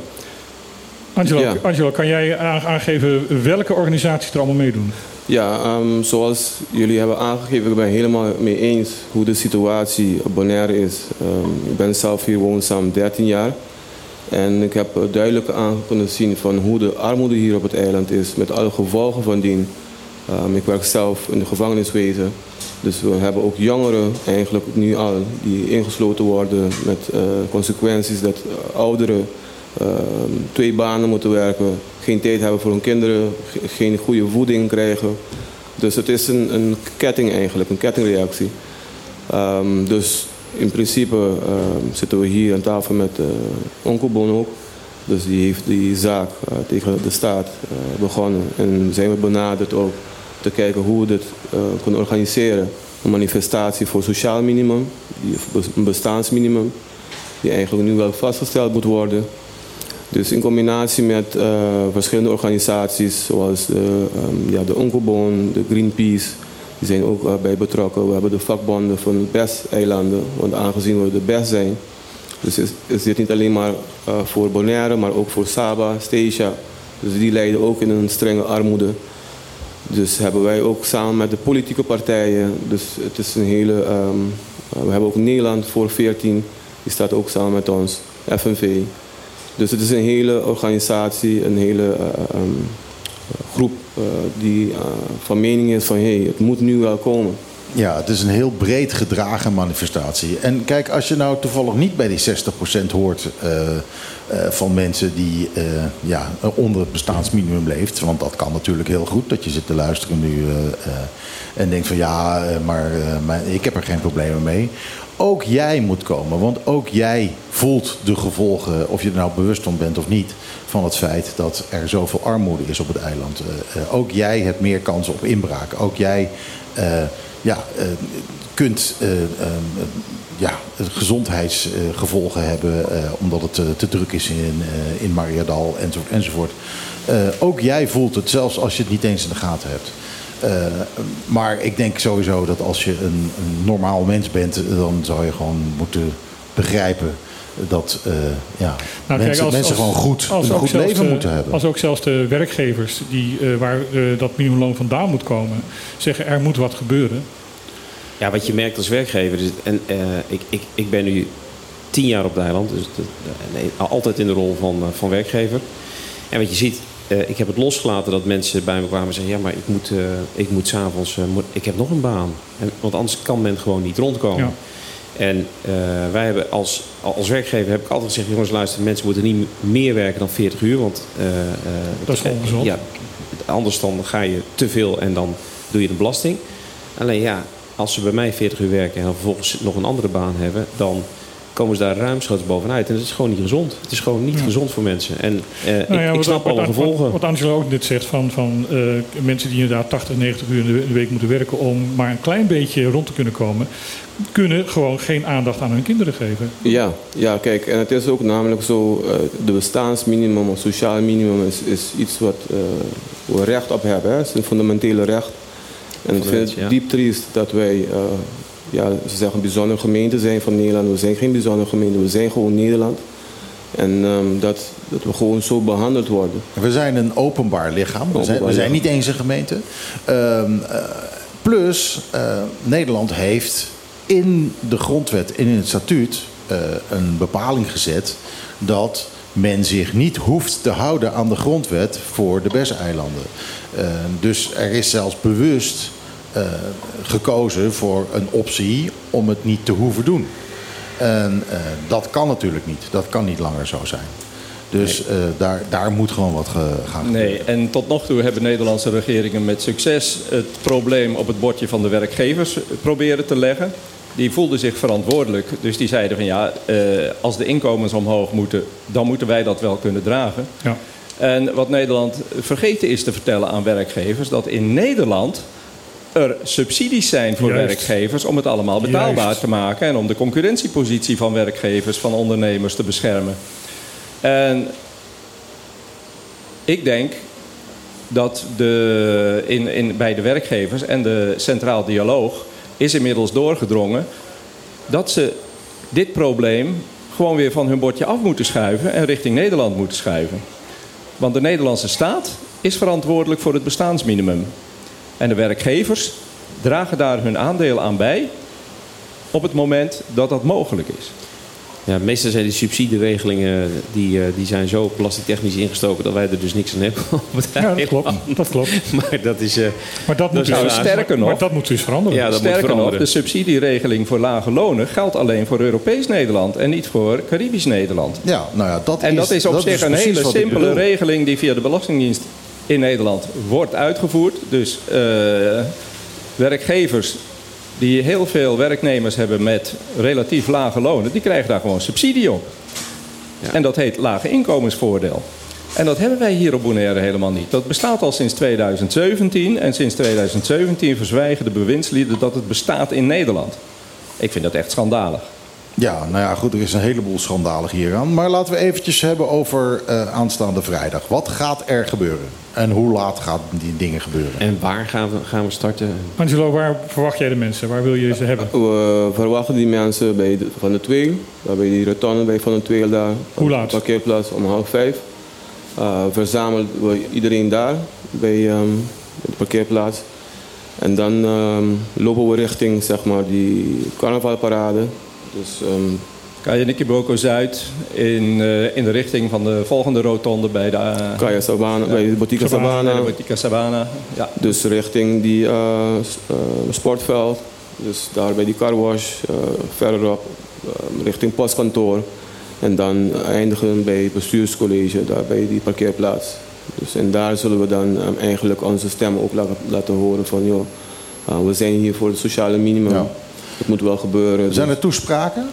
Angelo, kan jij aangeven welke organisaties er allemaal meedoen? Ja, zoals jullie hebben aangegeven, ik ben helemaal mee eens hoe de situatie op Bonaire is. Ik ben zelf hier woonzaam 13 jaar. En ik heb duidelijk aan kunnen zien van hoe de armoede hier op het eiland is, met alle gevolgen van dien. Ik werk zelf in de gevangeniswezen. Dus we hebben ook jongeren eigenlijk nu al die ingesloten worden met consequenties dat ouderen 2 banen moeten werken, geen tijd hebben voor hun kinderen, geen goede voeding krijgen. Dus het is een ketting eigenlijk, een kettingreactie. Dus in principe zitten we hier aan tafel met Oncobon ook. Dus die heeft die zaak tegen de staat begonnen. En zijn we benaderd ook te kijken hoe we dit kunnen organiseren. Een manifestatie voor sociaal minimum, een bestaansminimum, die eigenlijk nu wel vastgesteld moet worden. Dus in combinatie met verschillende organisaties zoals de Oncobon, de Greenpeace, die zijn ook bij betrokken. We hebben de vakbonden van de BES-eilanden, want aangezien we de BES zijn, dus is dit niet alleen maar voor Bonaire, maar ook voor Saba, Statia. Dus die lijden ook in een strenge armoede. Dus hebben wij ook samen met de politieke partijen, dus het is een hele, we hebben ook Nederland voor 14, die staat ook samen met ons, FNV. Dus het is een hele organisatie, een hele groep die van mening is van het moet nu wel komen. Ja, het is een heel breed gedragen manifestatie. En kijk, als je nou toevallig niet bij die 60% hoort van mensen die onder het bestaansminimum leeft, want dat kan natuurlijk heel goed, dat je zit te luisteren nu en denkt van maar ik heb er geen problemen mee. Ook jij moet komen, want ook jij voelt de gevolgen, of je er nou bewust van bent of niet, van het feit dat er zoveel armoede is op het eiland. Ook jij hebt meer kans op inbraak. Ook jij kunt gezondheidsgevolgen hebben omdat het te druk is in Mariadal enzovoort. Ook jij voelt het, zelfs als je het niet eens in de gaten hebt. Maar ik denk sowieso dat als je een normaal mens bent, dan zou je gewoon moeten begrijpen dat mensen gewoon een goed leven moeten hebben. Als ook zelfs de werkgevers waar dat minimumloon vandaan moet komen, zeggen er moet wat gebeuren. Ja, wat je merkt als werkgever is, ik ben nu 10 jaar op het eiland, dus altijd in de rol van werkgever. En wat je ziet, ik heb het losgelaten dat mensen bij me kwamen en zeggen... ja, maar ik moet 's avonds... ik heb nog een baan. Want anders kan men gewoon niet rondkomen. Ja. En wij hebben als werkgever heb ik altijd gezegd... jongens, luister, mensen moeten niet meer werken dan 40 uur. Want dat is ongezond. Ja, anders dan ga je te veel en dan doe je de belasting. Alleen ja, als ze bij mij 40 uur werken... en dan vervolgens nog een andere baan hebben... dan komen ze daar ruimschoots bovenuit. En dat is gewoon niet gezond. Het is gewoon niet gezond voor mensen. En ik snap alle gevolgen. Wat Angelo ook net zegt van mensen die inderdaad 80, 90 uur in de week moeten werken... om maar een klein beetje rond te kunnen komen... kunnen gewoon geen aandacht aan hun kinderen geven. Ja, kijk, en het is ook namelijk zo... de bestaansminimum of sociaal minimum is iets wat we recht op hebben. Hè. Het is een fundamentele recht. En ik vind het diep triest dat wij... ze zeggen een bijzondere gemeente zijn van Nederland. We zijn geen bijzondere gemeente, we zijn gewoon Nederland. En dat we gewoon zo behandeld worden. We zijn een openbaar lichaam. We zijn niet eens een gemeente. Plus, Nederland heeft in de grondwet, in het statuut, een bepaling gezet... dat men zich niet hoeft te houden aan de grondwet voor de BES-eilanden. Dus er is zelfs bewust... gekozen voor een optie om het niet te hoeven doen. En dat kan natuurlijk niet. Dat kan niet langer zo zijn. Dus daar moet gewoon wat gaan gebeuren. Nee, en tot nog toe hebben Nederlandse regeringen met succes... het probleem op het bordje van de werkgevers proberen te leggen. Die voelden zich verantwoordelijk. Dus die zeiden van als de inkomens omhoog moeten... dan moeten wij dat wel kunnen dragen. Ja. En wat Nederland vergeten is te vertellen aan werkgevers... dat in Nederland... er subsidies zijn voor werkgevers om het allemaal betaalbaar te maken... en om de concurrentiepositie van werkgevers, van ondernemers te beschermen. En ik denk dat bij de werkgevers en de Centraal Dialoog is inmiddels doorgedrongen... dat ze dit probleem gewoon weer van hun bordje af moeten schuiven... en richting Nederland moeten schuiven. Want de Nederlandse staat is verantwoordelijk voor het bestaansminimum... En de werkgevers dragen daar hun aandeel aan bij op het moment dat dat mogelijk is. Ja, meestal zijn die subsidieregelingen die zijn zo belastingtechnisch ingestoken dat wij er dus niks aan hebben. Dat klopt. Maar dat is. Maar dat moet dus veranderen. Ja, sterker nog, de subsidieregeling voor lage lonen geldt alleen voor Europees Nederland en niet voor Caribisch Nederland. Ja, nou ja, dat is op zich een hele simpele regeling die via de Belastingdienst in Nederland wordt uitgevoerd. Dus werkgevers die heel veel werknemers hebben met relatief lage lonen... die krijgen daar gewoon subsidie op. Ja. En dat heet lage inkomensvoordeel. En dat hebben wij hier op Bonaire helemaal niet. Dat bestaat al sinds 2017. En sinds 2017 verzwijgen de bewindslieden dat het bestaat in Nederland. Ik vind dat echt schandalig. Ja, nou ja, goed, er is een heleboel schandalig hieraan. Maar laten we eventjes hebben over aanstaande vrijdag. Wat gaat er gebeuren? En hoe laat gaan die dingen gebeuren? En waar gaan we starten? Angelo, waar verwacht jij de mensen? Waar wil je ze hebben? We verwachten die mensen bij Van de Tweel. Bij die rotonde bij Van de Tweel daar. Hoe laat? Parkeerplaats om 4:30. Verzamelen we iedereen daar bij de parkeerplaats. En dan lopen we richting zeg maar, die carnavalparade. Dus, Kaya Nikiboko Zuid in de richting van de volgende rotonde bij de Kaya Sabana, bij de Botica Sabana. Botica Sabana. Ja. Dus richting die sportveld. Dus daar bij die carwash, verderop richting postkantoor. En dan eindigen bij het bestuurscollege, daar bij die parkeerplaats. Dus, en daar zullen we dan eigenlijk onze stem ook laten horen van joh, we zijn hier voor het sociale minimum. Ja. Het moet wel gebeuren. Zijn er toespraken?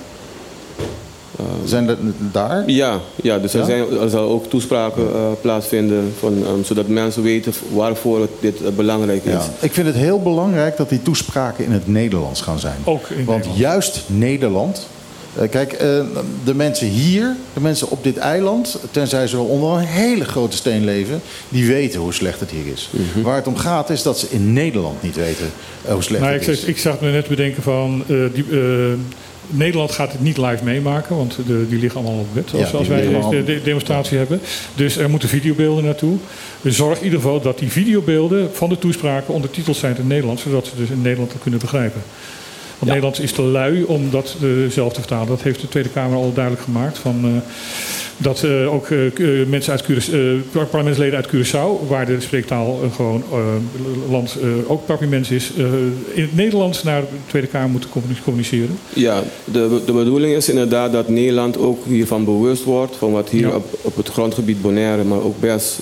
Zijn er daar? Ja, dus er zal ook toespraken plaatsvinden zodat mensen weten waarvoor dit belangrijk is. Ja. Ik vind het heel belangrijk dat die toespraken in het Nederlands gaan zijn. Ook in Want juist Nederland... Kijk, de mensen hier, de mensen op dit eiland... tenzij ze wel onder een hele grote steen leven... die weten hoe slecht het hier is. Mm-hmm. Waar het om gaat is dat ze in Nederland niet weten hoe slecht het is. Ik zag me net bedenken van... Nederland gaat het niet live meemaken, want die liggen allemaal op wet als wij de demonstratie hebben. Dus er moeten videobeelden naartoe. Dus zorg in ieder geval dat die videobeelden van de toespraken ondertiteld zijn in het Nederlands, zodat ze dus in Nederland kunnen begrijpen. Want Nederland is te lui om dat zelf te vertalen. Dat heeft de Tweede Kamer al duidelijk gemaakt. Dat ook mensen uit parlementsleden uit Curaçao, waar de spreektaal gewoon ook parlements is, in het Nederlands naar de Tweede Kamer moeten communiceren? Ja, de bedoeling is inderdaad dat Nederland ook hiervan bewust wordt, van wat hier op het grondgebied Bonaire, maar ook best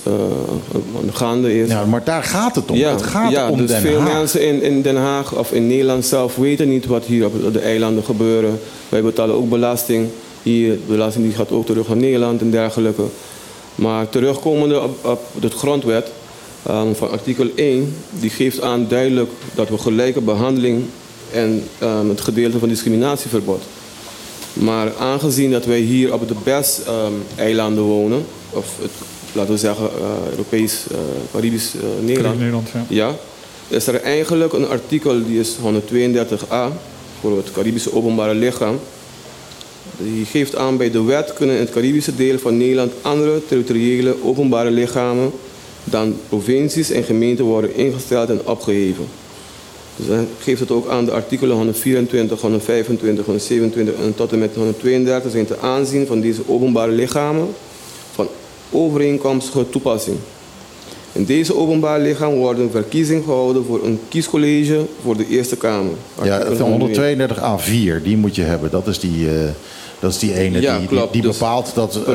gaande is. Ja, maar daar gaat het om. Het gaat om dus Den veel Haag. mensen in Den Haag of in Nederland zelf weten niet wat hier op de eilanden gebeuren. Wij betalen ook belasting. Hier, de belasting die gaat ook terug naar Nederland en dergelijke. Maar terugkomende op de grondwet van artikel 1, die geeft aan duidelijk dat we gelijke behandeling en het gedeelte van discriminatieverbod. Maar aangezien dat wij hier op de BES-eilanden wonen, of laten we zeggen Europees, Caribisch Nederland, ja, is er eigenlijk een artikel die is 132a voor het Caribische openbare lichaam. Die geeft aan, bij de wet kunnen in het Caribische deel van Nederland andere territoriële openbare lichamen dan provincies en gemeenten worden ingesteld en opgeheven. Dus dan geeft het ook aan, de artikelen 124, 125, 127 en tot en met 132 zijn te aanzien van deze openbare lichamen van overeenkomstige toepassing. In deze openbare lichaam worden verkiezingen gehouden voor een kiescollege voor de Eerste Kamer. Ja, 132A4, die moet je hebben. Dat is die ene die bepaalt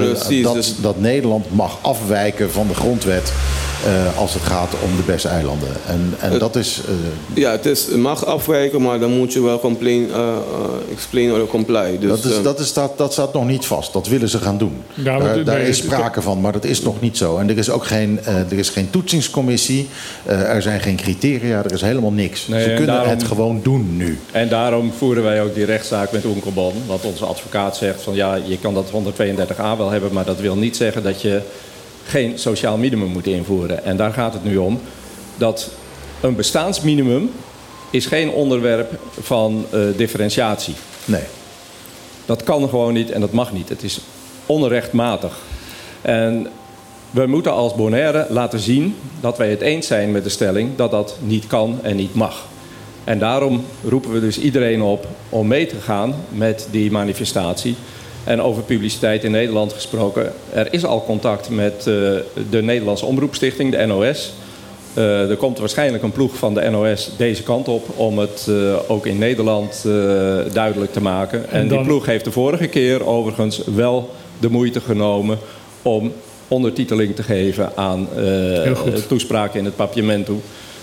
dat Nederland mag afwijken van de grondwet als het gaat om de BES-eilanden. En dat is... Ja, het mag afwijken, maar dan moet je wel explain or comply. Dus, dat staat nog niet vast. Dat willen ze gaan doen. Ja, daar is sprake van, maar dat is nog niet zo. En er is ook geen toetsingscommissie. Er zijn geen criteria. Er is helemaal niks. Nee, ze kunnen het gewoon doen nu. En daarom voeren wij ook die rechtszaak met Onkelbon. Want onze advocaat zegt van ja, je kan dat 132a wel hebben, maar dat wil niet zeggen dat je geen sociaal minimum moet invoeren. En daar gaat het nu om. Dat een bestaansminimum is geen onderwerp van differentiatie. Nee. Dat kan gewoon niet en dat mag niet. Het is onrechtmatig. En we moeten als Bonaire laten zien dat wij het eens zijn met de stelling dat dat niet kan en niet mag. En daarom roepen we dus iedereen op om mee te gaan met die manifestatie. En over publiciteit in Nederland gesproken. Er is al contact met de Nederlandse Omroepstichting, de NOS. Er komt waarschijnlijk een ploeg van de NOS deze kant op om het ook in Nederland duidelijk te maken. En die ploeg heeft de vorige keer overigens wel de moeite genomen om ondertiteling te geven aan toespraken in het Papiamento.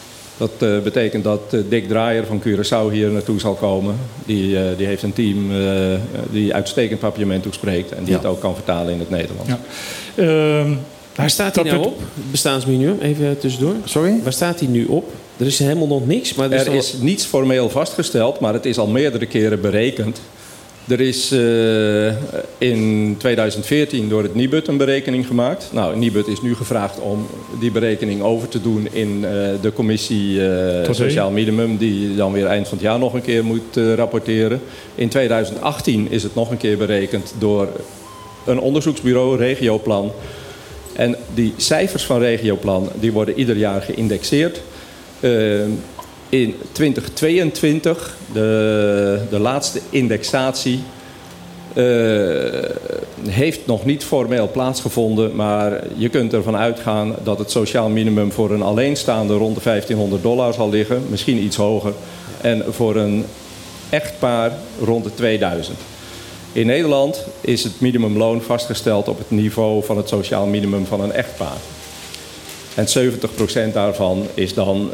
Dat betekent dat Dick Draaier van Curaçao hier naartoe zal komen. Die heeft een team die uitstekend Papiamento spreekt en die het ook kan vertalen in het Nederlands. Ja. Waar staat hij nou op, het bestaansminimum? Even tussendoor. Sorry? Waar staat hij nu op? Er is helemaal nog niks. Maar er is niets formeel vastgesteld, maar het is al meerdere keren berekend. Er is in 2014 door het Nibud een berekening gemaakt. Nou, Nibud is nu gevraagd om die berekening over te doen in de commissie Sociaal Minimum, die dan weer eind van het jaar nog een keer moet rapporteren. In 2018 is het nog een keer berekend door een onderzoeksbureau, Regioplan. En die cijfers van Regioplan die worden ieder jaar geïndexeerd. In 2022, de laatste indexatie, heeft nog niet formeel plaatsgevonden. Maar je kunt ervan uitgaan dat het sociaal minimum voor een alleenstaande rond de $1.500 zal liggen. Misschien iets hoger. En voor een echtpaar rond de 2000. In Nederland is het minimumloon vastgesteld op het niveau van het sociaal minimum van een echtpaar. En 70% daarvan is dan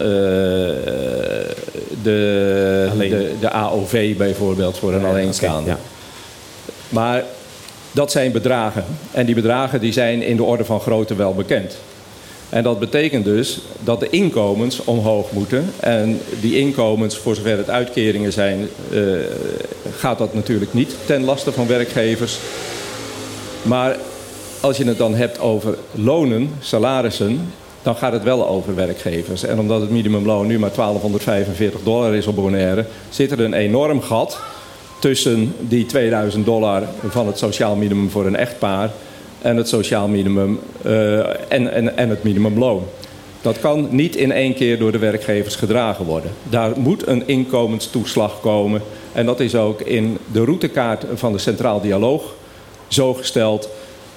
de AOV bijvoorbeeld voor een alleenstaande. Ja. Maar dat zijn bedragen. En die bedragen die zijn in de orde van grootte wel bekend. En dat betekent dus dat de inkomens omhoog moeten. En die inkomens, voor zover het uitkeringen zijn, gaat dat natuurlijk niet ten laste van werkgevers. Maar als je het dan hebt over lonen, salarissen, dan gaat het wel over werkgevers. En omdat het minimumloon nu maar $1.245 is op Bonaire, zit er een enorm gat tussen die $2000 van het sociaal minimum voor een echtpaar en het sociaal minimum en het minimumloon. Dat kan niet in één keer door de werkgevers gedragen worden. Daar moet een inkomenstoeslag komen. En dat is ook in de routekaart van de Centraal Dialoog zo gesteld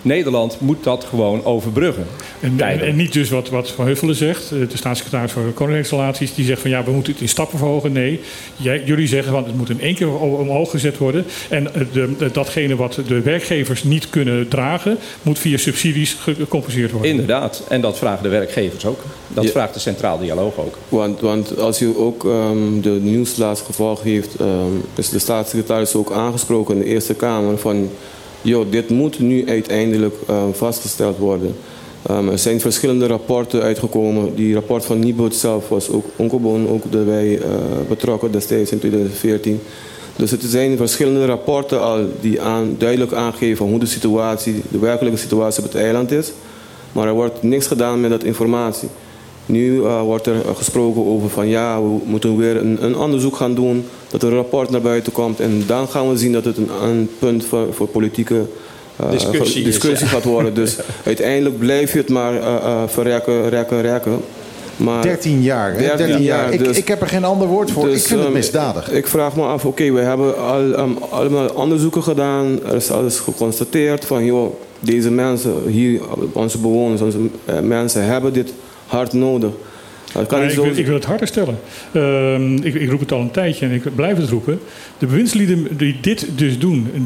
Nederland moet dat gewoon overbruggen. En niet dus wat Van Huffelen zegt, de staatssecretaris voor Koninkrijksrelaties, die zegt van ja, we moeten het in stappen verhogen. Nee, jullie zeggen van het moet in één keer omhoog gezet worden. En datgene wat de werkgevers niet kunnen dragen, moet via subsidies gecompenseerd worden. Inderdaad, en dat vragen de werkgevers ook. Dat vraagt de Centraal Dialoog ook. Want als u ook de nieuwslaatst gevolgd heeft, is de staatssecretaris ook aangesproken in de Eerste Kamer van dit moet nu uiteindelijk vastgesteld worden. Er zijn verschillende rapporten uitgekomen. Die rapport van Nibud zelf was ook Oncobon, ook daarbij betrokken destijds in 2014. Dus het zijn verschillende rapporten al die duidelijk aangeven hoe de werkelijke situatie op het eiland is. Maar er wordt niks gedaan met dat informatie. Nu wordt er gesproken over van we moeten weer een onderzoek gaan doen, dat er een rapport naar buiten komt en dan gaan we zien dat het een punt voor politieke discussie gaat worden. Dus uiteindelijk blijf je het maar rekken. Maar 13 jaar. 13 jaar. Ik heb er geen ander woord voor. Dus, ik vind het misdadig. Ik vraag me af, we hebben allemaal onderzoeken gedaan. Er is alles geconstateerd van deze mensen hier, onze bewoners, onze mensen hebben dit hard nodig. Ik wil het harder stellen. Ik roep het al een tijdje en ik blijf het roepen. De bewindslieden die dit dus doen,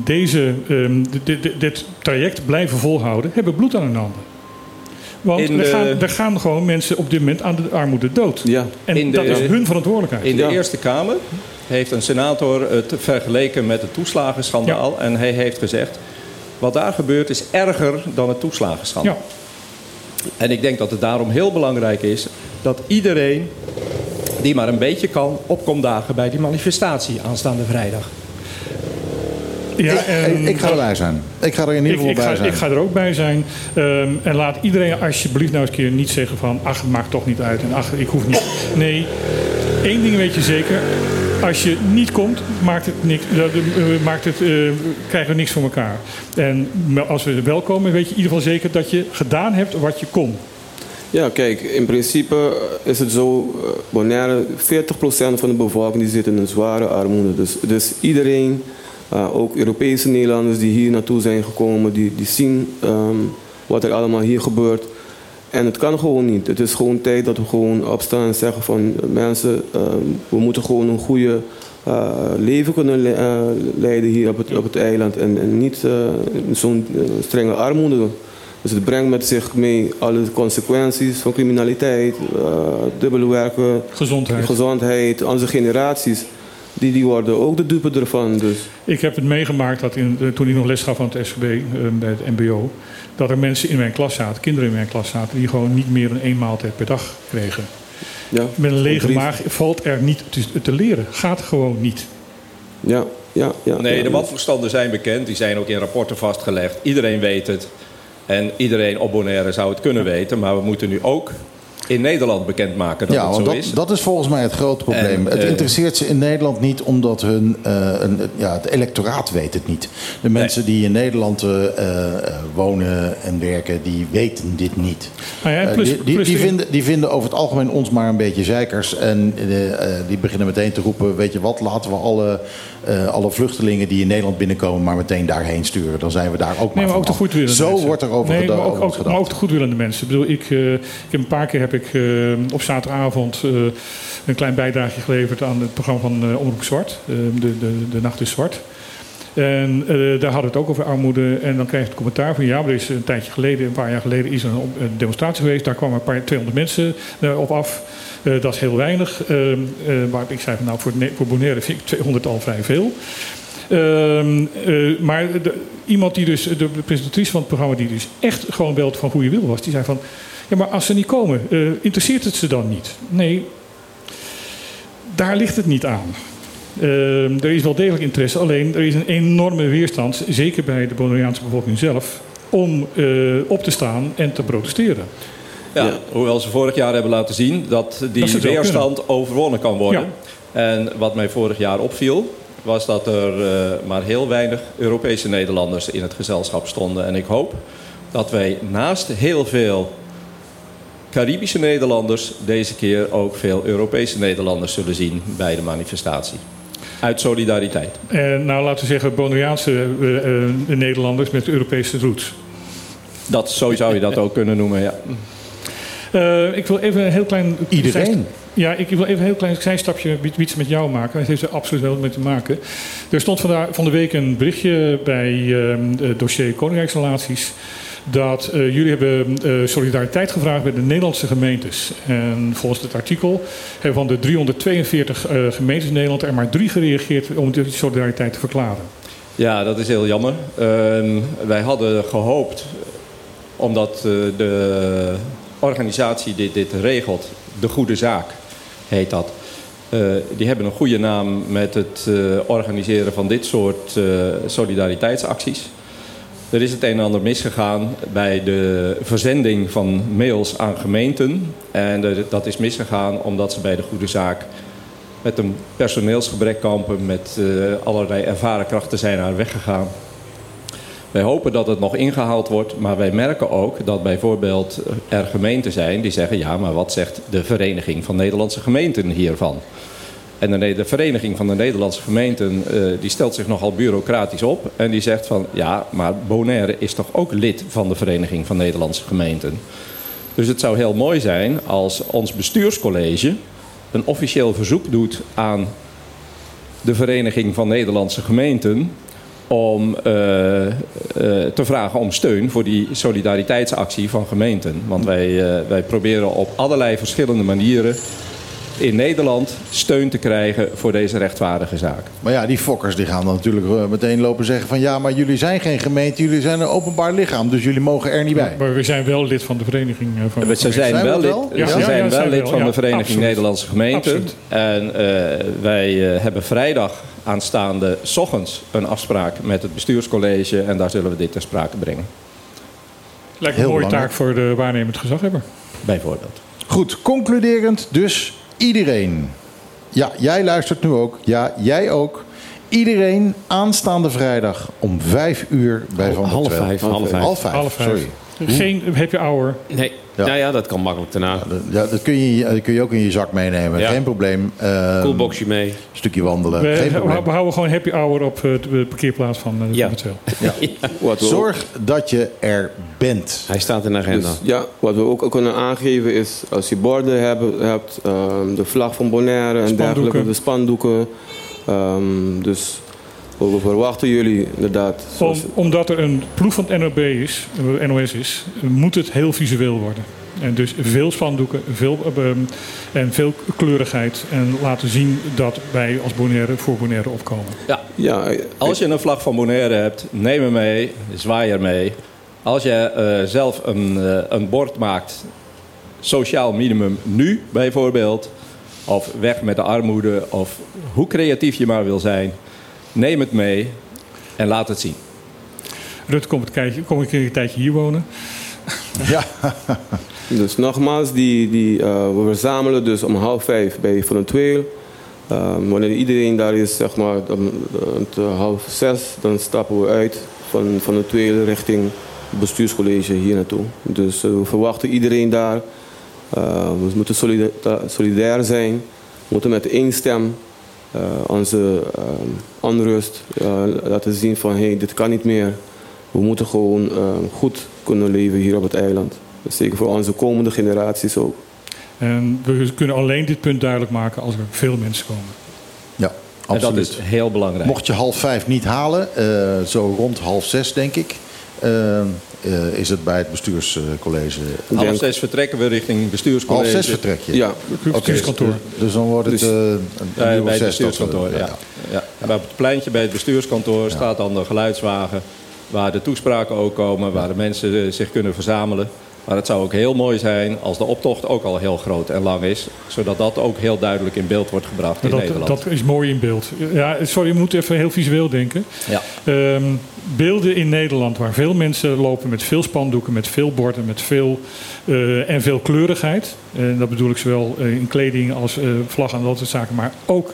dit traject blijven volhouden, hebben bloed aan hun handen. Want er gaan gewoon mensen op dit moment aan de armoede dood. Ja. En dat is hun verantwoordelijkheid. In de Eerste Kamer heeft een senator het vergeleken met het toeslagenschandaal. Ja. En hij heeft gezegd, wat daar gebeurt is erger dan het toeslagenschandaal. Ja. En ik denk dat het daarom heel belangrijk is dat iedereen die maar een beetje kan opkomt dagen bij die manifestatie aanstaande vrijdag. Ja, ik ga erbij zijn. Ik ga er in ieder geval bij zijn. Ik ga er ook bij zijn. En laat iedereen alsjeblieft nou eens een keer niet zeggen van ach, het maakt toch niet uit. En ach, ik hoef niet. Nee, één ding weet je zeker. Als je niet komt, krijgen we niks voor elkaar. En als we wel komen, weet je in ieder geval zeker dat je gedaan hebt wat je kon. Ja, kijk, in principe is het zo, Bonaire, 40% van de bevolking die zit in een zware armoede. Dus iedereen, ook Europese Nederlanders die hier naartoe zijn gekomen, die zien wat er allemaal hier gebeurt. En het kan gewoon niet. Het is gewoon tijd dat we gewoon opstaan en zeggen van mensen, we moeten gewoon een goede leven kunnen leiden hier op het eiland. En niet zo'n strenge armoede. Dus het brengt met zich mee alle consequenties van criminaliteit, dubbele werken, gezondheid. Onze generaties, die worden ook de dupe ervan. Dus. Ik heb het meegemaakt dat toen ik nog les gaf aan het SVB, bij het mbo, dat er mensen in mijn klas zaten, kinderen in mijn klas zaten, die gewoon niet meer dan 1 maaltijd per dag kregen. Ja, met een lege maag valt er niet te leren. Gaat gewoon niet. Ja. Nee, de wantoestanden zijn bekend. Die zijn ook in rapporten vastgelegd. Iedereen weet het. En iedereen op Bonaire zou het kunnen weten. Maar we moeten nu ook in Nederland bekendmaken dat het zo is. Dat is volgens mij het grote probleem. Het interesseert ze in Nederland niet omdat het electoraat weet het niet. De mensen die in Nederland wonen en werken, die weten dit niet. Die vinden over het algemeen ons maar een beetje zeikers. En die beginnen meteen te roepen, weet je wat, laten we alle vluchtelingen die in Nederland binnenkomen maar meteen daarheen sturen. Dan zijn we daar ook maar ook de goedwillende Zo mensen. Wordt er over gedacht. Maar ook de goedwillende mensen. Ik bedoel, ik heb een paar keer op zaterdagavond een klein bijdrage geleverd aan het programma van Omroep Zwart. De Nacht is Zwart. En daar hadden we het ook over armoede. En dan krijg je het commentaar van ja, maar er is een paar jaar geleden is er een demonstratie geweest. Daar kwamen 200 mensen op af. Dat is heel weinig. Waar ik zei van nou, voor Bonaire vind ik 200 al vrij veel. Maar iemand die dus, de presentatrice van het programma, die dus echt gewoon belt van goede wil was, die zei van ja, maar als ze niet komen, interesseert het ze dan niet? Nee, daar ligt het niet aan. Er is wel degelijk interesse, alleen er is een enorme weerstand, zeker bij de Bonaireaanse bevolking zelf, om op te staan en te protesteren. Ja, hoewel ze vorig jaar hebben laten zien dat die weerstand overwonnen kan worden. Ja. En wat mij vorig jaar opviel, was dat er maar heel weinig Europese Nederlanders in het gezelschap stonden. En ik hoop dat wij naast heel veel Caribische Nederlanders deze keer ook veel Europese Nederlanders zullen zien bij de manifestatie. Uit solidariteit. Nou, laten we zeggen Bonaireaanse Nederlanders met Europese roots. Zo zou je dat ook kunnen noemen, ja. Ik wil even een heel klein... Iedereen? Ja, ik wil even een heel klein zijstapje iets met jou maken. Het heeft er absoluut wel mee te maken. Er stond van de week een berichtje bij het dossier Koninkrijksrelaties... dat jullie hebben solidariteit gevraagd bij de Nederlandse gemeentes. En volgens het artikel hebben van de 342 gemeentes in Nederland... er maar 3 gereageerd om die solidariteit te verklaren. Ja, dat is heel jammer. Wij hadden gehoopt, omdat de organisatie die dit regelt, De Goede Zaak heet dat... die hebben een goede naam met het organiseren van dit soort solidariteitsacties. Er is het een en ander misgegaan bij de verzending van mails aan gemeenten. En dat is misgegaan omdat ze bij De Goede Zaak met een personeelsgebrek kampen, met allerlei ervaren krachten zijn daar weggegaan. Wij hopen dat het nog ingehaald wordt, maar wij merken ook dat bijvoorbeeld er gemeenten zijn die zeggen... ja, maar wat zegt de Vereniging van Nederlandse Gemeenten hiervan? En de Vereniging van de Nederlandse Gemeenten die stelt zich nogal bureaucratisch op. En die zegt van, ja, maar Bonaire is toch ook lid van de Vereniging van Nederlandse Gemeenten. Dus het zou heel mooi zijn als ons bestuurscollege een officieel verzoek doet aan de Vereniging van Nederlandse Gemeenten... om te vragen om steun voor die solidariteitsactie van gemeenten. Want wij proberen op allerlei verschillende manieren in Nederland steun te krijgen voor deze rechtvaardige zaak. Maar ja, die fokkers die gaan dan natuurlijk meteen lopen zeggen van... ja, maar jullie zijn geen gemeente, jullie zijn een openbaar lichaam... dus jullie mogen er niet bij. Maar we zijn wel lid van de vereniging. Ze zijn wel lid van de Vereniging Nederlandse Gemeenten. Absoluut. En wij hebben vrijdag aanstaande 's ochtends een afspraak met het bestuurscollege... en daar zullen we dit ter sprake brengen. Lijkt een mooie taak voor de waarnemend gezaghebber. Bijvoorbeeld. Goed, concluderend dus iedereen. Ja, jij luistert nu ook. Ja, jij ook. Iedereen aanstaande vrijdag om 5 uur bij Van der Twelve. Half vijf, sorry. Geen happy hour. Nee. Ja. Nou ja, dat kan makkelijk daarna. Ja, dat kun je ook in je zak meenemen. Ja. Geen probleem. Koelboxje mee. Een stukje wandelen. Geen probleem. We houden gewoon happy hour op de parkeerplaats van de ja. Ja. Zorg dat je er bent. Hij staat in de agenda. Dus, ja, wat we ook kunnen aangeven is... als je borden hebt, de vlag van Bonaire en dergelijke, de spandoeken. Dus... we verwachten jullie inderdaad. Omdat er een ploeg van het NOS is, moet het heel visueel worden. En dus veel spandoeken, veel kleurigheid. En laten zien dat wij als Bonaire voor Bonaire opkomen. Ja. Als je een vlag van Bonaire hebt, neem hem mee, zwaai er mee. Als je zelf een bord maakt, sociaal minimum nu bijvoorbeeld... of weg met de armoede, of hoe creatief je maar wil zijn... neem het mee en laat het zien. Rutte, kom ik een tijdje hier wonen? Ja. Dus nogmaals, we verzamelen dus om 4:30 bij Van der Tweel. Wanneer iedereen daar is, zeg maar, om 5:30, dan stappen we uit van de Tweel richting het bestuurscollege hier naartoe. Dus we verwachten iedereen daar. We moeten solidair zijn. We moeten met één stem onze onrust laten zien van dit kan niet meer. We moeten gewoon goed kunnen leven hier op het eiland. Zeker voor onze komende generaties ook. En we kunnen alleen dit punt duidelijk maken als er veel mensen komen. Ja, absoluut. En dat is heel belangrijk. Mocht je 4:30 niet halen, zo rond 5:30 denk ik... is het bij het bestuurscollege. 5:30 vertrekken we richting bestuurscollege. 5:30 vertrek je? Ja. Bestuurskantoor. Dus dan wordt het bij het bestuurskantoor, ja. En op het pleintje bij het bestuurskantoor staat dan de geluidswagen... waar de toespraken ook komen, waar de mensen zich kunnen verzamelen. Maar het zou ook heel mooi zijn als de optocht ook al heel groot en lang is. Zodat dat ook heel duidelijk in beeld wordt gebracht in Nederland. Dat is mooi in beeld. Ja, sorry, je moet even heel visueel denken. Ja. Beelden in Nederland waar veel mensen lopen met veel spandoeken, met veel borden, met veel en veel kleurigheid. En dat bedoel ik zowel in kleding als vlag en dat soort zaken, maar ook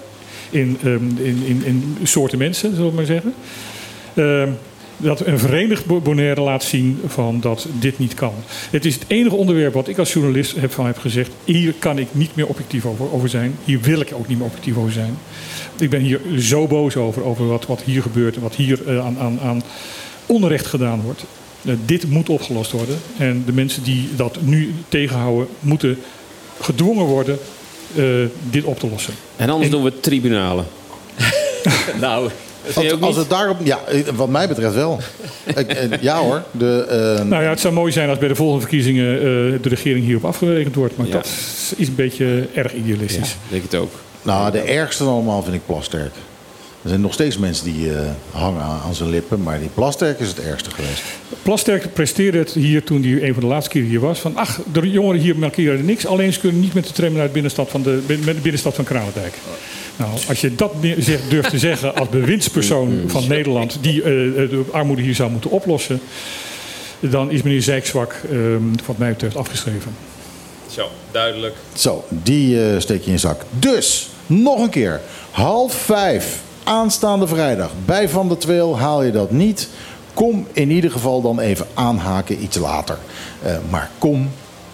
in soorten mensen, zullen we maar zeggen. Dat een verenigd Bonaire laat zien van dat dit niet kan. Het is het enige onderwerp wat ik als journalist heb gezegd... hier kan ik niet meer objectief over zijn. Hier wil ik ook niet meer objectief over zijn. Ik ben hier zo boos over wat hier gebeurt... en wat hier aan onrecht gedaan wordt. Dit moet opgelost worden. En de mensen die dat nu tegenhouden, moeten gedwongen worden dit op te lossen. En anders doen we tribunalen. Nou, als het daarop... Ja, wat mij betreft wel. Ja hoor. Nou ja, het zou mooi zijn als bij de volgende verkiezingen de regering hierop afgerekend wordt. Maar dat is een beetje erg idealistisch. Ja, denk het ook. Nou, de ergste van allemaal vind ik Plasterk. Er zijn nog steeds mensen die hangen aan zijn lippen, maar die Plasterk is het ergste geweest. Plasterk presteerde het hier toen hij een van de laatste keer hier was. Van de jongeren hier markeren niks. Alleen ze kunnen niet met de tram naar de binnenstad van Kralendijk. Nou, als je dat durft te zeggen als bewindspersoon van Nederland die de armoede hier zou moeten oplossen, dan is meneer Zijkwak wat mij betreft afgeschreven. Zo, duidelijk. Zo, die steek je in je zak. Dus, nog een keer. 4:30 aanstaande vrijdag bij Van der Tweel. Haal je dat niet? Kom in ieder geval dan even aanhaken iets later. Maar kom.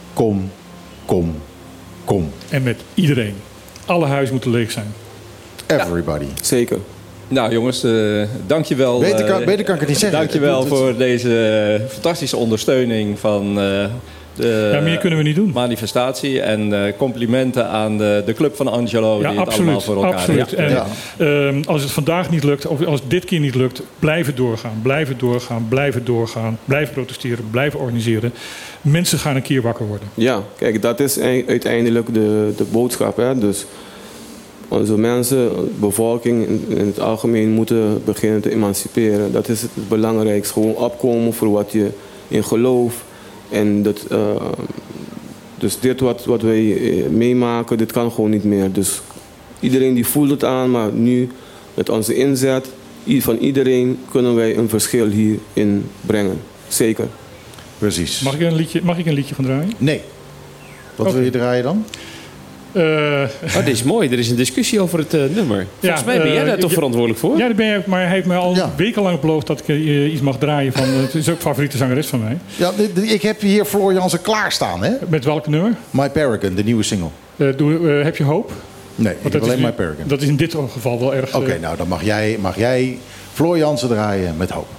En met iedereen. Alle huizen moeten leeg zijn. Everybody. Ja, zeker. Nou jongens, dankjewel. Beter kan ik het niet zeggen. Dankjewel voor deze fantastische ondersteuning van de meer kunnen we niet doen. manifestatie. En complimenten aan de club van Angelo die het allemaal voor elkaar absoluut. heeft. En als het vandaag niet lukt, of als het dit keer niet lukt, blijven doorgaan. Blijven protesteren, blijven organiseren. Mensen gaan een keer wakker worden. Ja, kijk, dat is uiteindelijk de boodschap. Hè? Dus onze mensen, de bevolking in het algemeen moeten beginnen te emanciperen. Dat is het belangrijkste. Gewoon opkomen voor wat je in gelooft. En dus dit wat wij meemaken, dit kan gewoon niet meer. Dus iedereen die voelt het aan, maar nu met onze inzet van iedereen kunnen wij een verschil hierin brengen. Zeker. Precies. Mag ik een liedje gaan draaien? Nee. Wat wil je draaien dan? Dit is mooi. Er is een discussie over het nummer. Volgens mij ben jij daar toch verantwoordelijk voor? Ja, dat ben je. Maar hij heeft mij al wekenlang beloofd dat ik iets mag draaien van... Het is ook favoriete zangeres van mij. Ja, ik heb hier Floor Jansen klaarstaan, hè? Met welk nummer? My Paragon, de nieuwe single. Heb je hoop? Nee, ik heb alleen My Paragon. Dat is in dit geval wel erg... Oké, nou dan mag jij Floor Jansen draaien met hoop.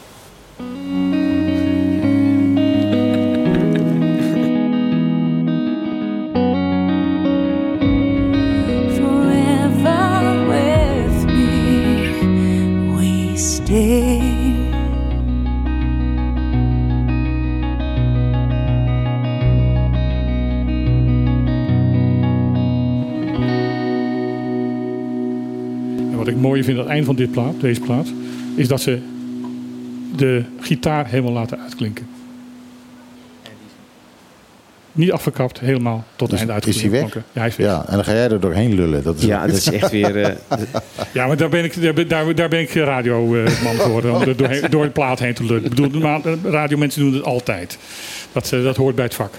Wat ik mooi vind aan het eind van deze plaat, is dat ze de gitaar helemaal laten uitklinken. Niet afgekapt, helemaal tot het einde uitklinken. Is hij weg? Ja, hij is weg. Ja, en dan ga jij er doorheen lullen. Dat is echt weer... Ja, maar daar ben ik radioman geworden, om er door de plaat heen te lullen. Ik bedoel, radiomensen doen het altijd. Dat hoort bij het vak.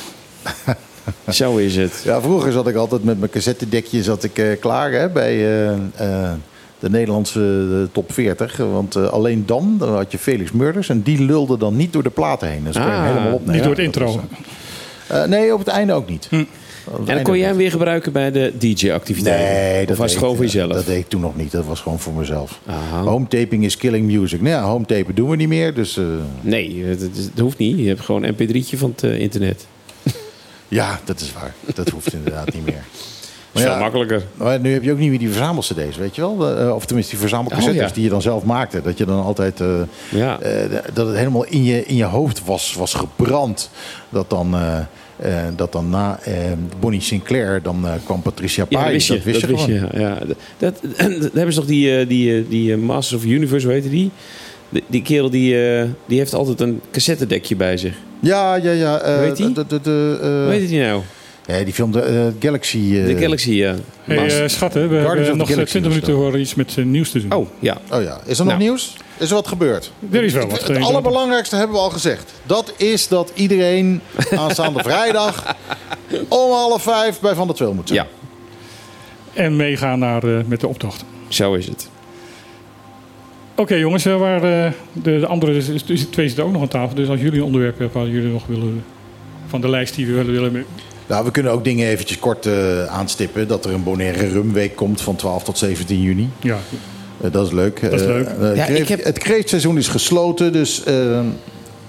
Zo is het. Ja, vroeger zat ik altijd met mijn cassettedekje klaar hè, bij de Nederlandse top 40. Want alleen dan had je Felix Murders en die lulde dan niet door de platen heen. Dat kon je helemaal opnemen. Niet door het intro. Nee, op het einde ook niet. En dan kon jij hem weer gebruiken bij de DJ-activiteiten? Nee, of was het gewoon voor jezelf? Dat deed ik toen nog niet. Dat was gewoon voor mezelf. Home taping is killing music. Nou ja, home tapen doen we niet meer. Dus, Nee, dat hoeft niet. Je hebt gewoon een mp3'tje van het internet. Ja, dat is waar. Dat hoeft inderdaad niet meer. Dat is veel makkelijker. Maar nu heb je ook niet meer die verzamel-cd's, weet je wel? Of tenminste die verzamelcassettes die je dan zelf maakte. Dat je dan altijd... dat het helemaal in je hoofd was gebrand. Dat dan na Bonnie Sinclair, dan kwam Patricia Pai. Ja, dat wist je. Ja. Dat hebben ze toch die Masters of the Universe, hoe heette die? Die kerel die heeft altijd een cassettedekje bij zich. Ja. Hoe heet die? Hoe heet die nou? Ja, die film Galaxy. De Galaxy, ja. Hey, schatten, we hebben nog 20 minuten horen iets met nieuws te doen. Oh, ja. Is er nog nieuws? Is er wat gebeurd? Er is wel wat. Het allerbelangrijkste hebben we al gezegd. Dat is dat iedereen aanstaande vrijdag om 4:30 bij Van der Tweel moet zijn. Ja. En meegaan met de optocht. Zo is het. Oké, jongens, de andere twee zitten ook nog aan tafel. Dus als jullie een onderwerp hebben waar jullie nog willen van de lijst die we willen... Nou, we kunnen ook dingen eventjes kort aanstippen. Dat er een Bonaire Rumweek komt van 12 tot 17 juni. Ja. Dat is leuk. Dat is leuk. Het kreeftseizoen is gesloten, dus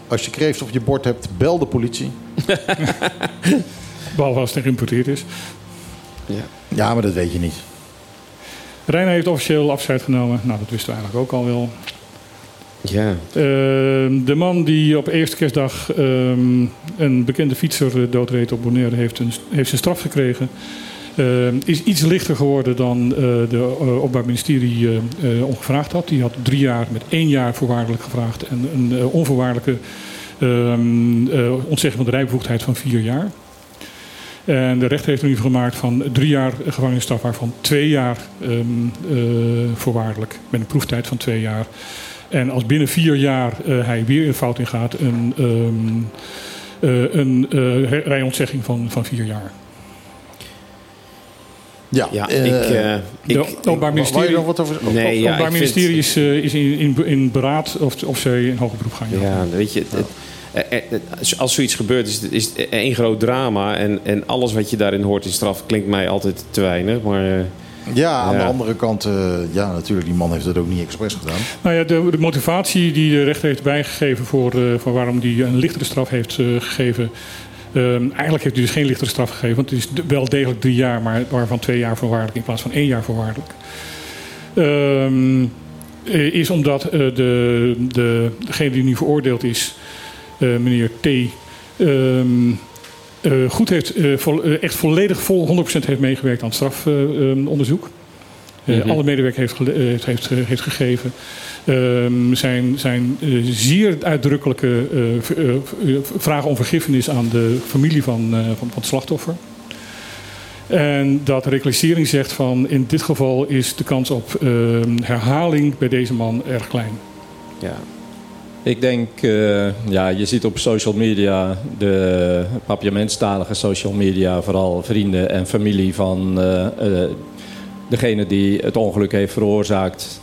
Als je kreeft op je bord hebt, bel de politie. Behalve als het geïmporteerd is. Ja, maar dat weet je niet. Reina heeft officieel afscheid genomen. Nou, dat wisten we eigenlijk ook al wel. Ja. De man die op eerste kerstdag een bekende fietser doodreed op Bonaire heeft zijn straf gekregen. Is iets lichter geworden dan de Openbaar Ministerie omgevraagd had. Die had 3 jaar met 1 jaar voorwaardelijk gevraagd. En een onvoorwaardelijke ontzegging van de rijbevoegdheid van 4 jaar. En de rechter heeft er nu gemaakt van 3 jaar gevangenisstraf, waarvan 2 jaar voorwaardelijk. Met een proeftijd van 2 jaar. En als binnen 4 jaar hij weer een fout ingaat, een rijontzegging van 4 jaar. Ja, Het Openbaar Ministerie is in beraad of ze in hoger beroep gaan. Ja, weet je, als zoiets gebeurt is het één groot drama. En alles wat je daarin hoort in straf klinkt mij altijd te weinig. Maar, aan de andere kant, natuurlijk, die man heeft dat ook niet expres gedaan. Nou ja, de motivatie die de rechter heeft bijgegeven voor waarom hij een lichtere straf heeft gegeven. Eigenlijk heeft hij dus geen lichtere straf gegeven, want het is wel degelijk 3 jaar, maar waarvan 2 jaar voorwaardelijk in plaats van 1 jaar voorwaardelijk. Is omdat degene die nu veroordeeld is, meneer T, goed heeft, echt volledig 100% heeft meegewerkt aan het strafonderzoek. Alle medewerker heeft gegeven. Zijn zeer uitdrukkelijke vragen om vergiffenis aan de familie van het slachtoffer. En dat de reclassering zegt van in dit geval is de kans op herhaling bij deze man erg klein. Ja. Ik denk, je ziet op social media, de papiamentstalige social media, vooral vrienden en familie van degene die het ongeluk heeft veroorzaakt,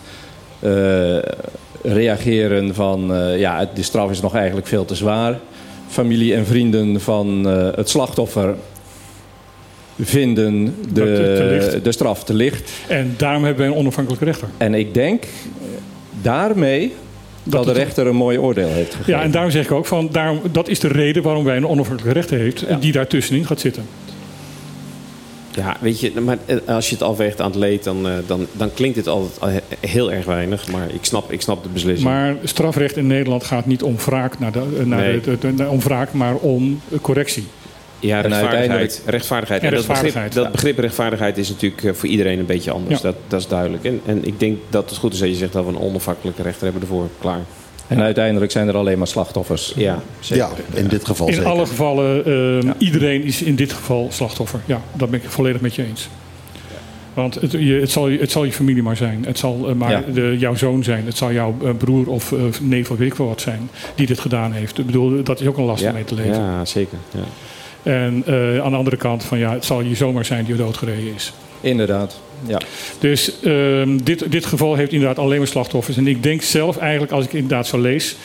reageren van, de straf is nog eigenlijk veel te zwaar. Familie en vrienden van het slachtoffer vinden de straf te licht. En daarom hebben wij een onafhankelijke rechter. En ik denk daarmee dat de rechter een mooi oordeel heeft gegeven. Ja, en daarom zeg ik ook van, dat is de reden waarom wij een onafhankelijke rechter heeft die daar tussenin gaat zitten. Ja, weet je, maar als je het afweegt aan het leed, dan klinkt het altijd heel erg weinig. Maar ik snap de beslissing. Maar strafrecht in Nederland gaat niet om wraak, om wraak, maar om correctie. Ja, rechtvaardigheid. En dat begrip rechtvaardigheid is natuurlijk voor iedereen een beetje anders. Ja. Dat is duidelijk. En ik denk dat het goed is dat je zegt dat we een onafhankelijke rechter hebben ervoor. Klaar. En uiteindelijk zijn er alleen maar slachtoffers. Ja, zeker. Ja, in dit geval zeker. In alle gevallen, iedereen is in dit geval slachtoffer. Ja, dat ben ik volledig met je eens. Want het zal je familie maar zijn. Het zal jouw zoon zijn. Het zal jouw broer of neef of weet ik wel wat zijn die dit gedaan heeft. Ik bedoel, dat is ook een last om mee te leven. Ja, zeker. Ja. En aan de andere kant van het zal je zomaar zijn die doodgereden is. Inderdaad, ja. Dus dit geval heeft inderdaad alleen maar slachtoffers. En ik denk zelf eigenlijk, als ik inderdaad zo lees,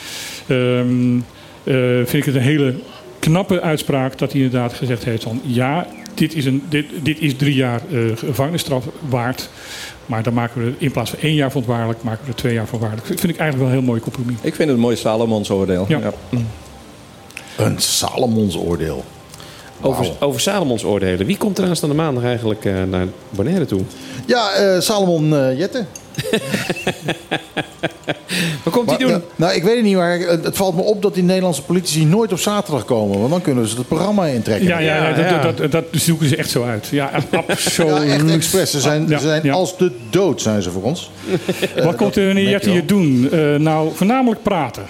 vind ik het een hele knappe uitspraak dat hij inderdaad gezegd heeft van dit is 3 jaar gevangenisstraf waard. Maar dan maken we in plaats van 1 jaar voorwaardelijk, maken we er 2 jaar voorwaardelijk. Dat vind ik eigenlijk wel een heel mooi compromis. Ik vind het een mooi Salomons oordeel. Ja. Een Salomons oordeel. Over Salomons oordelen. Wie komt er aanstaande maandag eigenlijk naar Bonaire toe? Ja, Salomon Jette. Wat komt hij doen? Nou, ik weet het niet, maar het valt me op dat die Nederlandse politici nooit op zaterdag komen. Want dan kunnen ze het programma intrekken. Dat zoeken ze echt zo uit. Ja, absoluut. Ja, echt expres. Ze zijn als de dood zijn ze voor ons. Wat komt meneer Jette hier doen? Nou, voornamelijk praten.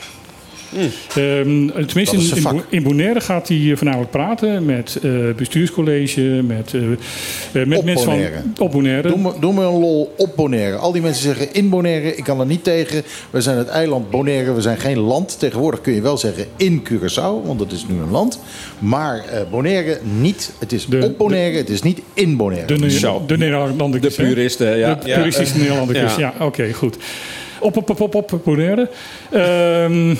Tenminste, in Bonaire gaat hij voornamelijk praten met bestuurscollege, met mensen van op Bonaire. Doe me een lol op Bonaire. Al die mensen zeggen in Bonaire, ik kan er niet tegen. We zijn het eiland Bonaire, we zijn geen land. Tegenwoordig kun je wel zeggen in Curaçao, want dat is nu een land. Maar Bonaire niet. Het is op Bonaire, het is niet in Bonaire. De Nederlanders. De puristen, ja. De puristische Nederlanders, ja. Oké, goed. Op Bonaire.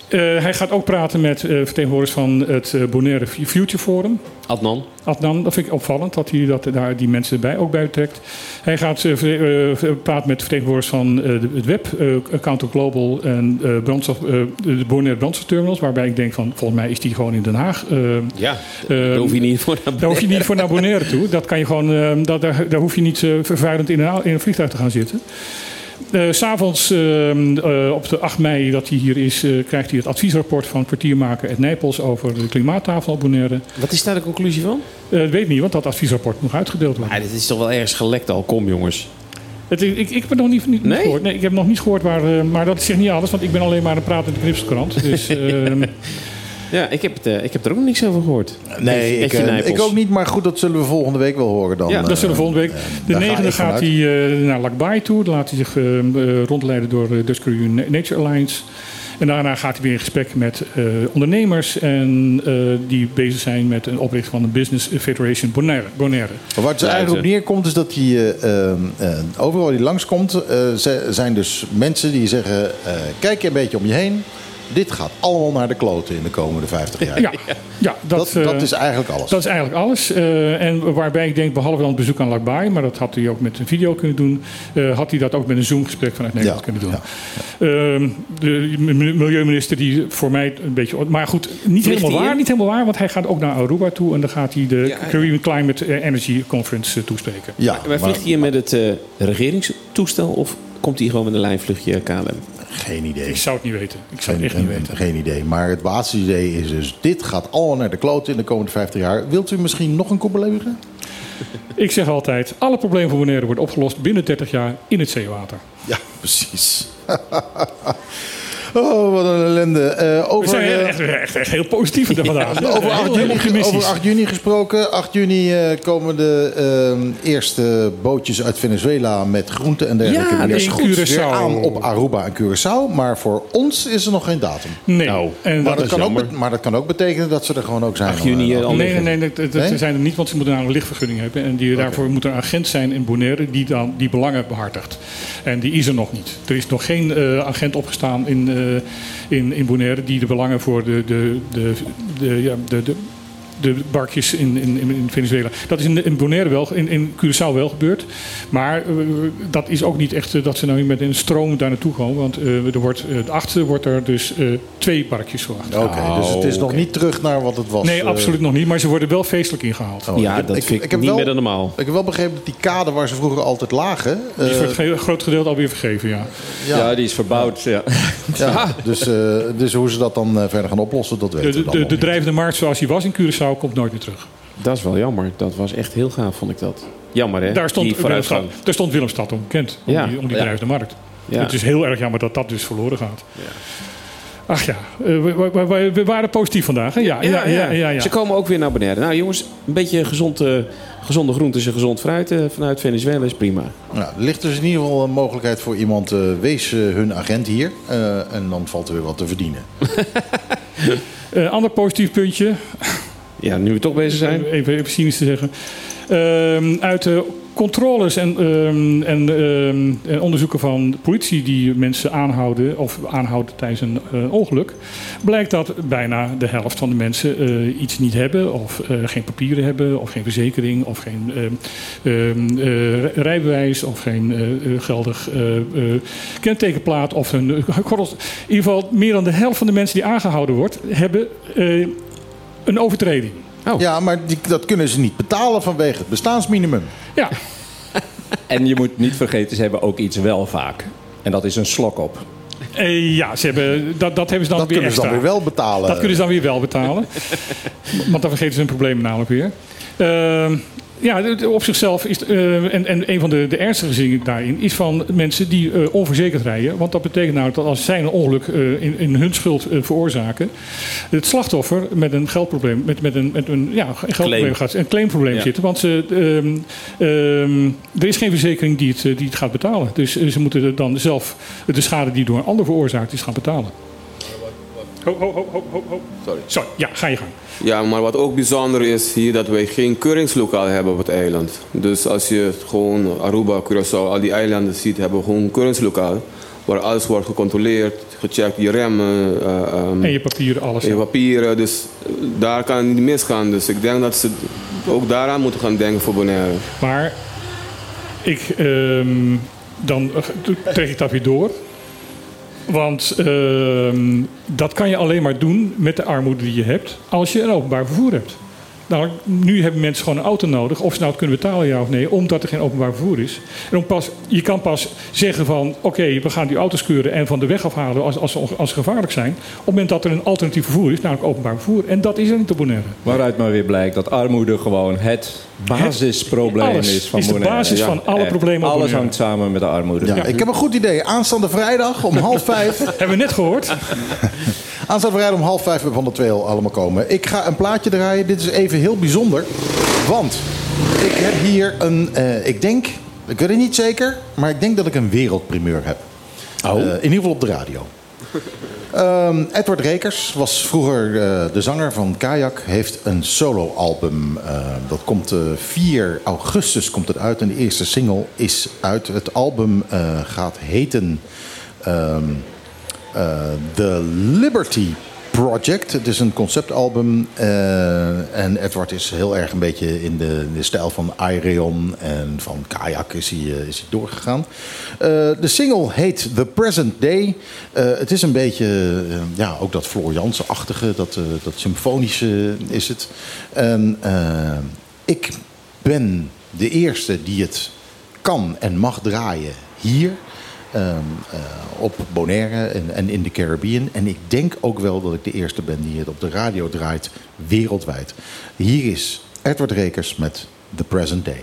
Hij gaat ook praten met vertegenwoordigers van het Bonaire Future Forum. Adnan, dat vind ik opvallend dat hij daar die mensen erbij ook bij betrekt. Hij gaat praten met vertegenwoordigers van het WEB, Counter Global en de Bonaire brandstofterminals. Waarbij ik denk van, volgens mij is die gewoon in Den Haag. Daar hoef je niet voor naar Bonaire. Daar hoef je niet voor naar Bonaire toe. Dat kan je gewoon, daar hoef je niet vervuilend in een vliegtuig te gaan zitten. 'S'avonds op de 8 mei dat hij hier is, krijgt hij het adviesrapport van kwartiermaker Ed Nijpels over de klimaattafel op Bonaire. Wat is daar de conclusie van? Weet niet, want dat adviesrapport moet nog uitgedeeld worden. Dit is toch wel ergens gelekt al. Kom jongens. Ik heb het nog niet gehoord. Nee, ik heb nog niet gehoord maar dat zegt niet alles, want ik ben alleen maar een pratende knipselkrant. Dus... Ja, ik heb er ook nog niks over gehoord. Nee, ik ook niet. Maar goed, dat zullen we volgende week wel horen dan. Ja, dat zullen we volgende week. De 9e gaat hij naar Lac Baai toe. Dan laat hij zich rondleiden door de Dutch Caribbean Nature Alliance. En daarna gaat hij weer in gesprek met ondernemers. En die bezig zijn met een oprichting van de Business Federation Bonaire. Waar het eigenlijk op neerkomt is dat hij overal die langskomt... zijn dus mensen die zeggen... kijk een beetje om je heen... Dit gaat allemaal naar de kloten in de komende 50 jaar. Ja, dat is eigenlijk alles. Dat is eigenlijk alles. En waarbij ik denk, behalve dan het bezoek aan Lac Baai... maar dat had hij ook met een video kunnen doen... had hij dat ook met een Zoom-gesprek vanuit Nederland kunnen doen. De milieuminister die voor mij een beetje... Maar goed, niet helemaal waar, want hij gaat ook naar Aruba toe... en dan gaat hij de Caribbean Climate Energy Conference toespreken. Maar vliegt hij met het regeringstoestel... of komt hij gewoon met een lijnvluchtje KLM? Geen idee. Ik zou het niet weten. Ik zou het echt niet weten. Geen idee. Maar het basisidee is dus... dit gaat allemaal naar de kloten in de komende 50 jaar. Wilt u misschien nog een kop beleugen? Ik zeg altijd... alle problemen van Bonaire worden opgelost binnen 30 jaar in het zeewater. Ja, precies. Oh, wat een ellende. We zijn echt heel positief vandaag. Over 8 juni gesproken. 8 juni komen de eerste bootjes uit Venezuela met groenten en dergelijke. Ja, in Curaçao. Weer aan op Aruba en Curaçao. Maar voor ons is er nog geen datum. Nee. Maar dat kan ook betekenen dat ze er gewoon ook zijn. 8 juni al Nee, ze zijn er niet, want ze moeten een lichtvergunning hebben. En daarvoor moet er een agent zijn in Bonaire die belangen behartigt. En die is er nog niet. Er is nog geen agent opgestaan in Bonaire die de belangen voor de barkjes in Venezuela. Dat is in Bonaire wel, in Curaçao wel gebeurd. Maar dat is ook niet echt dat ze nou met een stroom daar naartoe komen. Want de 8e wordt er dus 2 barkjes verwacht. Oké, dus het is nog niet terug naar wat het was. Nee, absoluut nog niet. Maar ze worden wel feestelijk ingehaald. Dat vind ik niet meer dan normaal. Ik heb wel begrepen dat die kade waar ze vroeger altijd lagen... Die is voor een groot gedeelte alweer vergeven, Ja, die is verbouwd, Dus hoe ze dat dan verder gaan oplossen, dat weten we dan de drijvende markt zoals die was in Curaçao komt nooit meer terug. Dat is wel jammer. Dat was echt heel gaaf, vond ik dat. Jammer, hè? Daar stond Willemstad onbekend, om die drijvende markt. Ja. Het is heel erg jammer dat dat dus verloren gaat. Ja. Ach ja, we waren positief vandaag. Hè? Ja. Ze komen ook weer naar Bonaire. Nou jongens, een beetje gezonde groenten en gezond fruit vanuit Venezuela is prima. Nou, er ligt dus in ieder geval een mogelijkheid voor iemand... wees hun agent hier en dan valt er weer wat te verdienen. Ander positief puntje. Ja, nu we toch bezig zijn. Even cynisch te zeggen. Uit de controles en onderzoeken van politie die mensen aanhouden tijdens een ongeluk, blijkt dat bijna de helft van de mensen iets niet hebben of geen papieren hebben of geen verzekering of geen rijbewijs of geen geldig kentekenplaat of in ieder geval meer dan de helft van de mensen die aangehouden wordt hebben een overtreding. Oh. Ja, maar dat kunnen ze niet betalen vanwege het bestaansminimum. Ja. En je moet niet vergeten, ze hebben ook iets wel vaak. En dat is een slok op. Ja, dat hebben ze dan weer extra. Dat kunnen ze dan weer wel betalen. Dat kunnen ze dan weer wel betalen. Want dan vergeten ze hun problemen namelijk weer. Ja, op zichzelf is en een van de ernstige dingen daarin is van mensen die onverzekerd rijden. Want dat betekent nou dat als zij een ongeluk in hun schuld veroorzaken, het slachtoffer met een geldprobleem, met een geldprobleem gaat, een claimprobleem zitten. Want er is geen verzekering die het gaat betalen. Dus ze moeten dan zelf de schade die door een ander veroorzaakt is gaan betalen. Sorry, ja, ga je gang. Ja, maar wat ook bijzonder is hier dat wij geen keuringslokaal hebben op het eiland. Dus als je gewoon Aruba, Curaçao, al die eilanden ziet, hebben we gewoon een keuringslokaal. waar alles wordt gecontroleerd, gecheckt, je remmen. En je papieren, alles. En je papieren, dus daar kan het niet misgaan. Dus ik denk dat ze ook daaraan moeten gaan denken voor Bonaire. Maar dan trek ik dat weer door. Want dat kan je alleen maar doen met de armoede die je hebt als je een openbaar vervoer hebt. Nou, nu hebben mensen gewoon een auto nodig, of ze nou het kunnen betalen, ja of nee, omdat er geen openbaar vervoer is. En je kan pas zeggen van, oké, we gaan die auto's keuren en van de weg afhalen als ze gevaarlijk zijn, op het moment dat er een alternatief vervoer is, namelijk openbaar vervoer. En dat is er niet op Bonaire. Waaruit maar weer blijkt dat armoede gewoon het basisprobleem is van Bonaire. De basis van alle problemen op Alles hangt samen met de armoede. Ja, ik heb een goed idee. Aanstaande vrijdag om 4:30... Hebben we net gehoord. Aanstaande vrijdag om 4:30 van de 2 allemaal komen. Ik ga een plaatje draaien. Dit is even heel bijzonder. Want ik heb hier ik weet het niet zeker, maar ik denk dat ik een wereldprimeur heb. In ieder geval op de radio. Edward Rekers was vroeger de zanger van Kayak. Heeft een soloalbum. Dat komt 4 augustus komt het uit. En de eerste single is uit. Het album gaat heten The Liberty Project. Het is een conceptalbum. En Edward is heel erg een beetje in de stijl van Ayreon en van Kayak is hij doorgegaan. De single heet The Present Day. Het is een beetje, ook dat Floor Jansen-achtige, dat symfonische is het. En ik ben de eerste die het kan en mag draaien hier. Op Bonaire en in de Caribbean. En ik denk ook wel dat ik de eerste ben die het op de radio draait wereldwijd. Hier is Edward Rekers met The Present Day.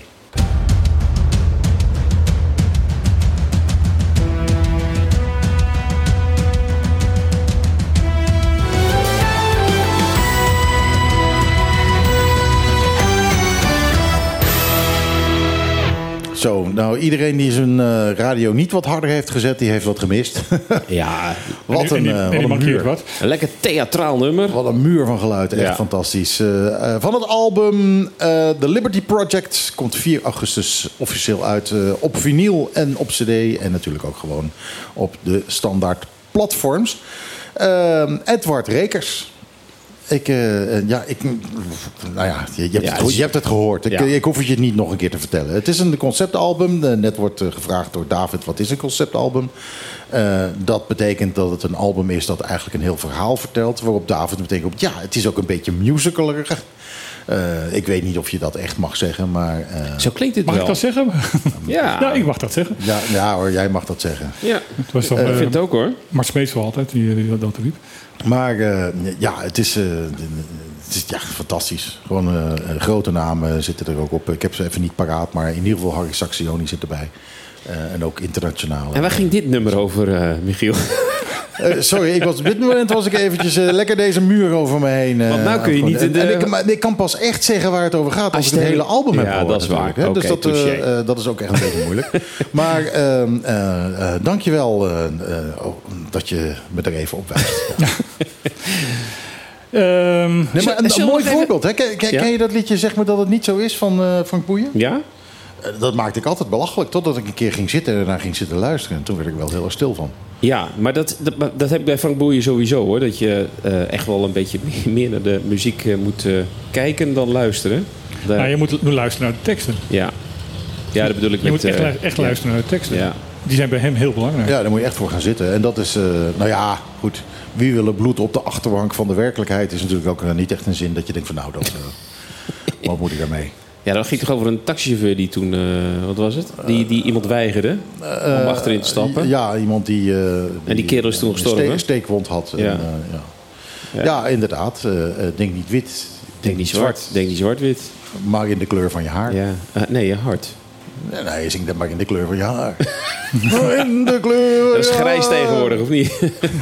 Zo, nou iedereen die zijn radio niet wat harder heeft gezet, die heeft wat gemist. Ja, wat een muur. Wat. Een lekker theatraal nummer. Wat een muur van geluid, echt fantastisch. Van het album The Liberty Project komt 4 augustus officieel uit op vinyl en op cd. En natuurlijk ook gewoon op de standaard platforms. Edward Rekers. Je hebt het gehoord. Ik hoef het je niet nog een keer te vertellen. Het is een conceptalbum. Net wordt gevraagd door David, wat is een conceptalbum? Dat betekent dat het een album is dat eigenlijk een heel verhaal vertelt. Waarop David meteen komt, het is ook een beetje musicaler. Ik weet niet of je dat echt mag zeggen, maar... Zo klinkt het mag wel. Ik dat zeggen? Ja, ik mag dat zeggen. Ja hoor, jij mag dat zeggen. Ja, het was toch, ik vind het ook hoor. Mart Smeets wel altijd, die dat riep. Maar het is fantastisch. Gewoon grote namen zitten er ook op. Ik heb ze even niet paraat, maar in ieder geval Harry Saxioni zit erbij. En ook internationaal. En waar ging dit nummer over, Michiel? Sorry, op dit moment was ik eventjes lekker deze muur over me heen. Want nou kun je niet... Ik kan pas echt zeggen waar het over gaat als ik het hele album heb gehoord. Dat is waar. Okay, dus dat is ook echt een beetje moeilijk. Maar dankjewel dat je me er even op wijst. Maar een mooi voorbeeld. Hè? Ken je dat liedje, zeg maar, dat het niet zo is van Frank Boeien? Ja. Dat maakte ik altijd belachelijk, totdat ik een keer ging zitten en daarna ging zitten luisteren. En toen werd ik wel heel erg stil van. Ja, maar dat heb ik bij Frank Boeien sowieso hoor. Dat je echt wel een beetje meer naar de muziek moet kijken dan luisteren. Nou, je moet luisteren naar de teksten. Ja, dat bedoel ik. Je moet echt luisteren naar de teksten. Ja. Die zijn bij hem heel belangrijk. Ja, daar moet je echt voor gaan zitten. En dat is, goed. Wie wil er bloed op de achterbank van de werkelijkheid is natuurlijk ook niet echt een zin dat je denkt van wat moet ik daarmee? Ja, dat ging toch over een taxichauffeur die toen, wat was het? Die iemand weigerde om achterin te stappen. Ja, iemand die... en die kerel is toen gestorven. Een steekwond had. Ja, ja inderdaad. Denk niet wit. Denk niet zwart. Denk niet zwart-wit. Maar in de kleur van je haar. Ja. Nee, je hart. Nee, je zingt dat maar in de kleur van je haar. In de kleur. Dat is grijs tegenwoordig, of niet?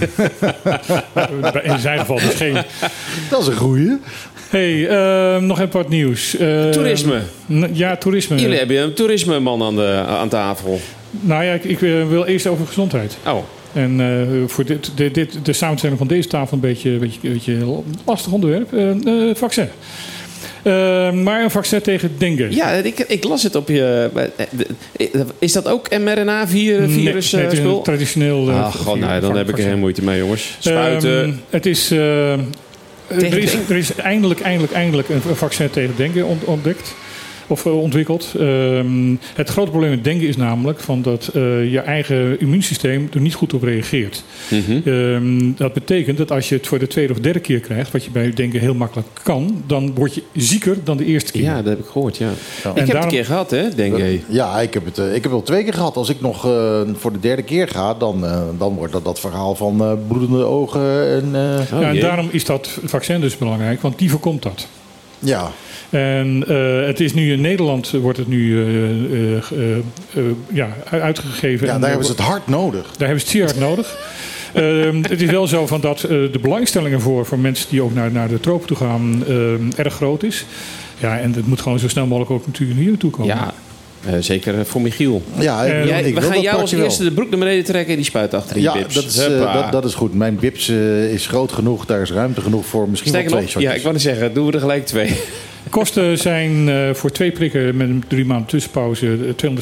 In zijn geval dus geen. Dat is een goeie. Hey, nog even wat nieuws. Toerisme. Ja, toerisme. Jullie hebben een toerismeman aan tafel. Nou ja, ik wil eerst over gezondheid. Oh. En voor de samenstelling van deze tafel een beetje lastig onderwerp. Vaccin. Maar een vaccin tegen dengue. Ja, ik las het op je... Is dat ook mRNA-virus Nee, het is spul? een traditioneel... dan heb ik er geen moeite mee, jongens. Spuiten. Het is... Er is eindelijk een vaccin tegen dengue ontdekt. Of ontwikkeld. Het grote probleem met dengue is namelijk dat je eigen immuunsysteem er niet goed op reageert. Dat betekent dat als je het voor de tweede of derde keer krijgt, wat je bij dengue heel makkelijk kan, dan word je zieker dan de eerste keer. Ja, dat heb ik gehoord, ja. Ja. Ik heb het een keer gehad, hè, dengue. Ja, ik heb het al 2 keer gehad. Als ik nog voor de derde keer ga, dan wordt dat verhaal van bloedende ogen. En daarom is dat vaccin dus belangrijk, want die voorkomt dat. Ja. En het is nu in Nederland wordt het nu uitgegeven. Ja, daar hebben ze het hard nodig. Daar hebben ze het zeer hard nodig. Het is wel zo dat de belangstelling ervoor voor mensen die ook naar de tropen toe gaan erg groot is. Ja, en het moet gewoon zo snel mogelijk ook natuurlijk hier naartoe komen. Ja. Zeker voor Michiel. Ja, we gaan jou als eerste de broek naar beneden trekken en die spuit achter die bips. Dat is goed. Mijn bips is groot genoeg. Daar is ruimte genoeg voor. Misschien wel 2 shotjes. Ja, ik wou net zeggen, doen we er gelijk 2. Kosten zijn voor 2 prikken met een 3 maanden tussenpauze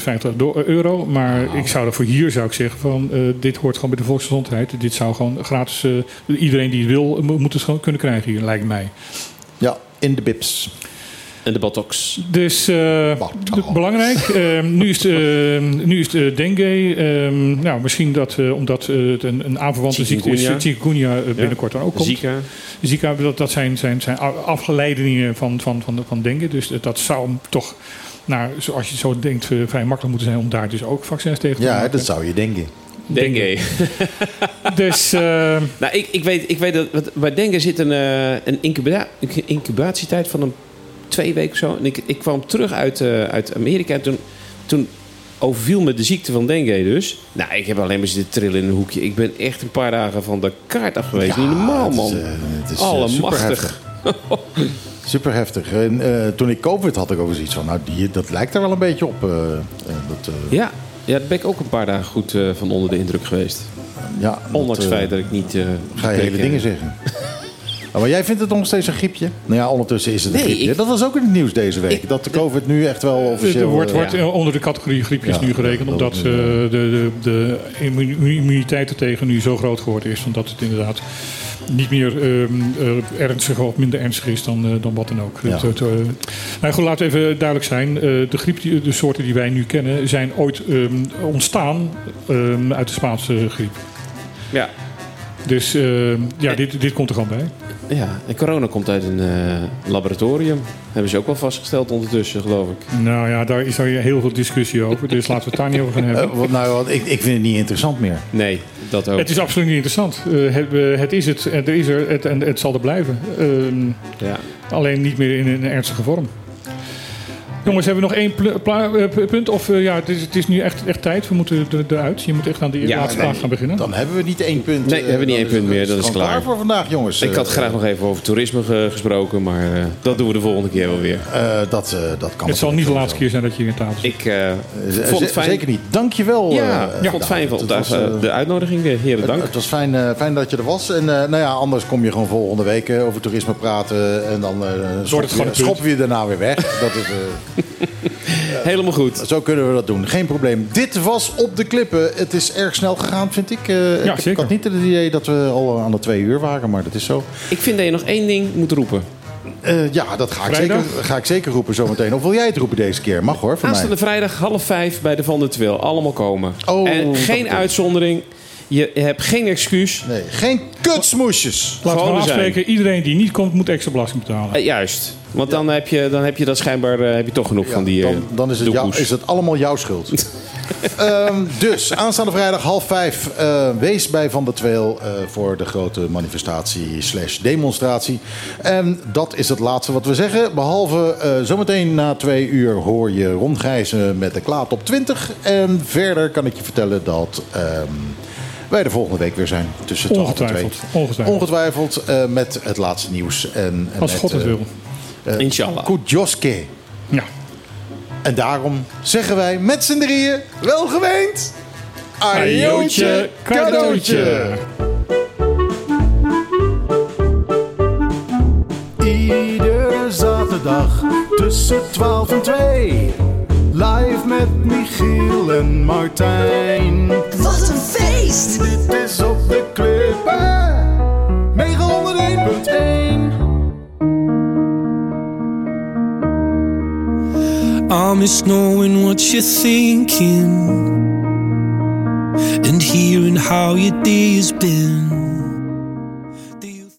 €250. Maar ik zou zou ik zeggen van dit hoort gewoon bij de volksgezondheid. Dit zou gewoon gratis, iedereen die het wil, moet het gewoon kunnen krijgen hier, lijkt mij. Ja, in de bips. En de botox. Dus belangrijk. Nu is de dengue. Misschien omdat het een aanverwante ziekte is. Chikungunya binnenkort dan ook komt. Zika, dat zijn afgeleidingen van dengue. Dus dat zou toch, zoals je zo denkt, vrij makkelijk moeten zijn om daar dus ook vaccins tegen te maken. Ja, dat zou je denken. Dengue. Dus, ik weet dat bij dengue zit een incubatietijd van 2 weken of zo. En ik kwam terug uit Amerika. Toen overviel me de ziekte van dengue dus. Nou, ik heb alleen maar zitten trillen in een hoekje. Ik ben echt een paar dagen van de kaart af geweest. Niet normaal, man. Het is allemachtig. Super heftig. En toen ik COVID had ik ook zoiets van, dat lijkt er wel een beetje op. Ja, daar ben ik ook een paar dagen goed van onder de indruk geweest. Ja, ondanks het feit dat ik niet... ga je hele dingen zeggen. Maar jij vindt het nog steeds een griepje? Nou ja, ondertussen is het een griepje. Dat was ook in het nieuws deze week. Dat de COVID nu echt wel officieel... wordt onder de categorie griepjes nu gerekend. Omdat de immuniteit er tegen nu zo groot geworden is. Omdat het inderdaad niet meer ernstig of minder ernstig is dan wat dan ook. Ja. Goed, laten we even duidelijk zijn. De soorten die wij nu kennen zijn ooit ontstaan uit de Spaanse griep. Ja. Dus dit komt er gewoon bij. Ja, en corona komt uit een laboratorium. Hebben ze ook wel vastgesteld ondertussen, geloof ik. Nou ja, daar is heel veel discussie over. Dus laten we het daar niet over gaan hebben. Ik vind het niet interessant meer. Nee, dat ook. Het is absoluut niet interessant. Het is het, er is er en het zal er blijven. Alleen niet meer in een ernstige vorm. Jongens, hebben we nog 1 punt? Of het is nu echt tijd. We moeten eruit. Je moet echt aan de laatste vraag gaan beginnen. Dan hebben we niet 1 punt. Nee, we hebben niet 1 punt meer. Dat is klaar voor vandaag, jongens. Ik had graag nog even over toerisme gesproken. Maar dat doen we de volgende keer wel weer. Dat kan. Het zal niet de laatste keer zijn dat je hier in tafel zit. Ik vond het fijn. Zeker niet. Dankjewel. Ja, ik vond het fijn van de uitnodiging weer. Heren, dank. Het was fijn dat je er was. En anders kom je gewoon volgende week over toerisme praten. En dan schoppen we je daarna weer weg. Dat is... Helemaal goed. Zo kunnen we dat doen. Geen probleem. Dit was Op de Klippen. Het is erg snel gegaan, vind ik. Ik had niet het idee dat we al aan de 2 uur waren, maar dat is zo. Ik vind dat je nog 1 ding moet roepen. Dat ga ik zeker roepen zometeen. Of wil jij het roepen deze keer? Mag hoor, van mij. Aanstaande vrijdag 4:30 bij de Van der Twil. Allemaal komen. En geen uitzondering. Je hebt geen excuus. Nee, geen kutsmoesjes. Laten we afspreken. Iedereen die niet komt, moet extra belasting betalen. Juist. Want dan heb je dat schijnbaar heb je toch genoeg van die dan is het allemaal jouw schuld. Dus aanstaande vrijdag 4:30 wees bij Van der Tweel voor de grote manifestatie/demonstratie. En dat is het laatste wat we zeggen. Behalve zometeen na 2 uur hoor je Ron Gijzen met de Klaartop 20. En verder kan ik je vertellen dat... wij de volgende week weer zijn tussen 12 en 2. Ongetwijfeld met het laatste nieuws. Als God het wil. Inshallah. Kudjoske. Ja. En daarom zeggen wij met z'n drieën, welgemeend, ajootje cadeautje. Iedere zaterdag zaterdag tussen 12 en 2. Live met Michiel en Martijn. Wat een feest! Dit is op de Klippen 901.1. I miss knowing what you're thinking and hearing how your day has been.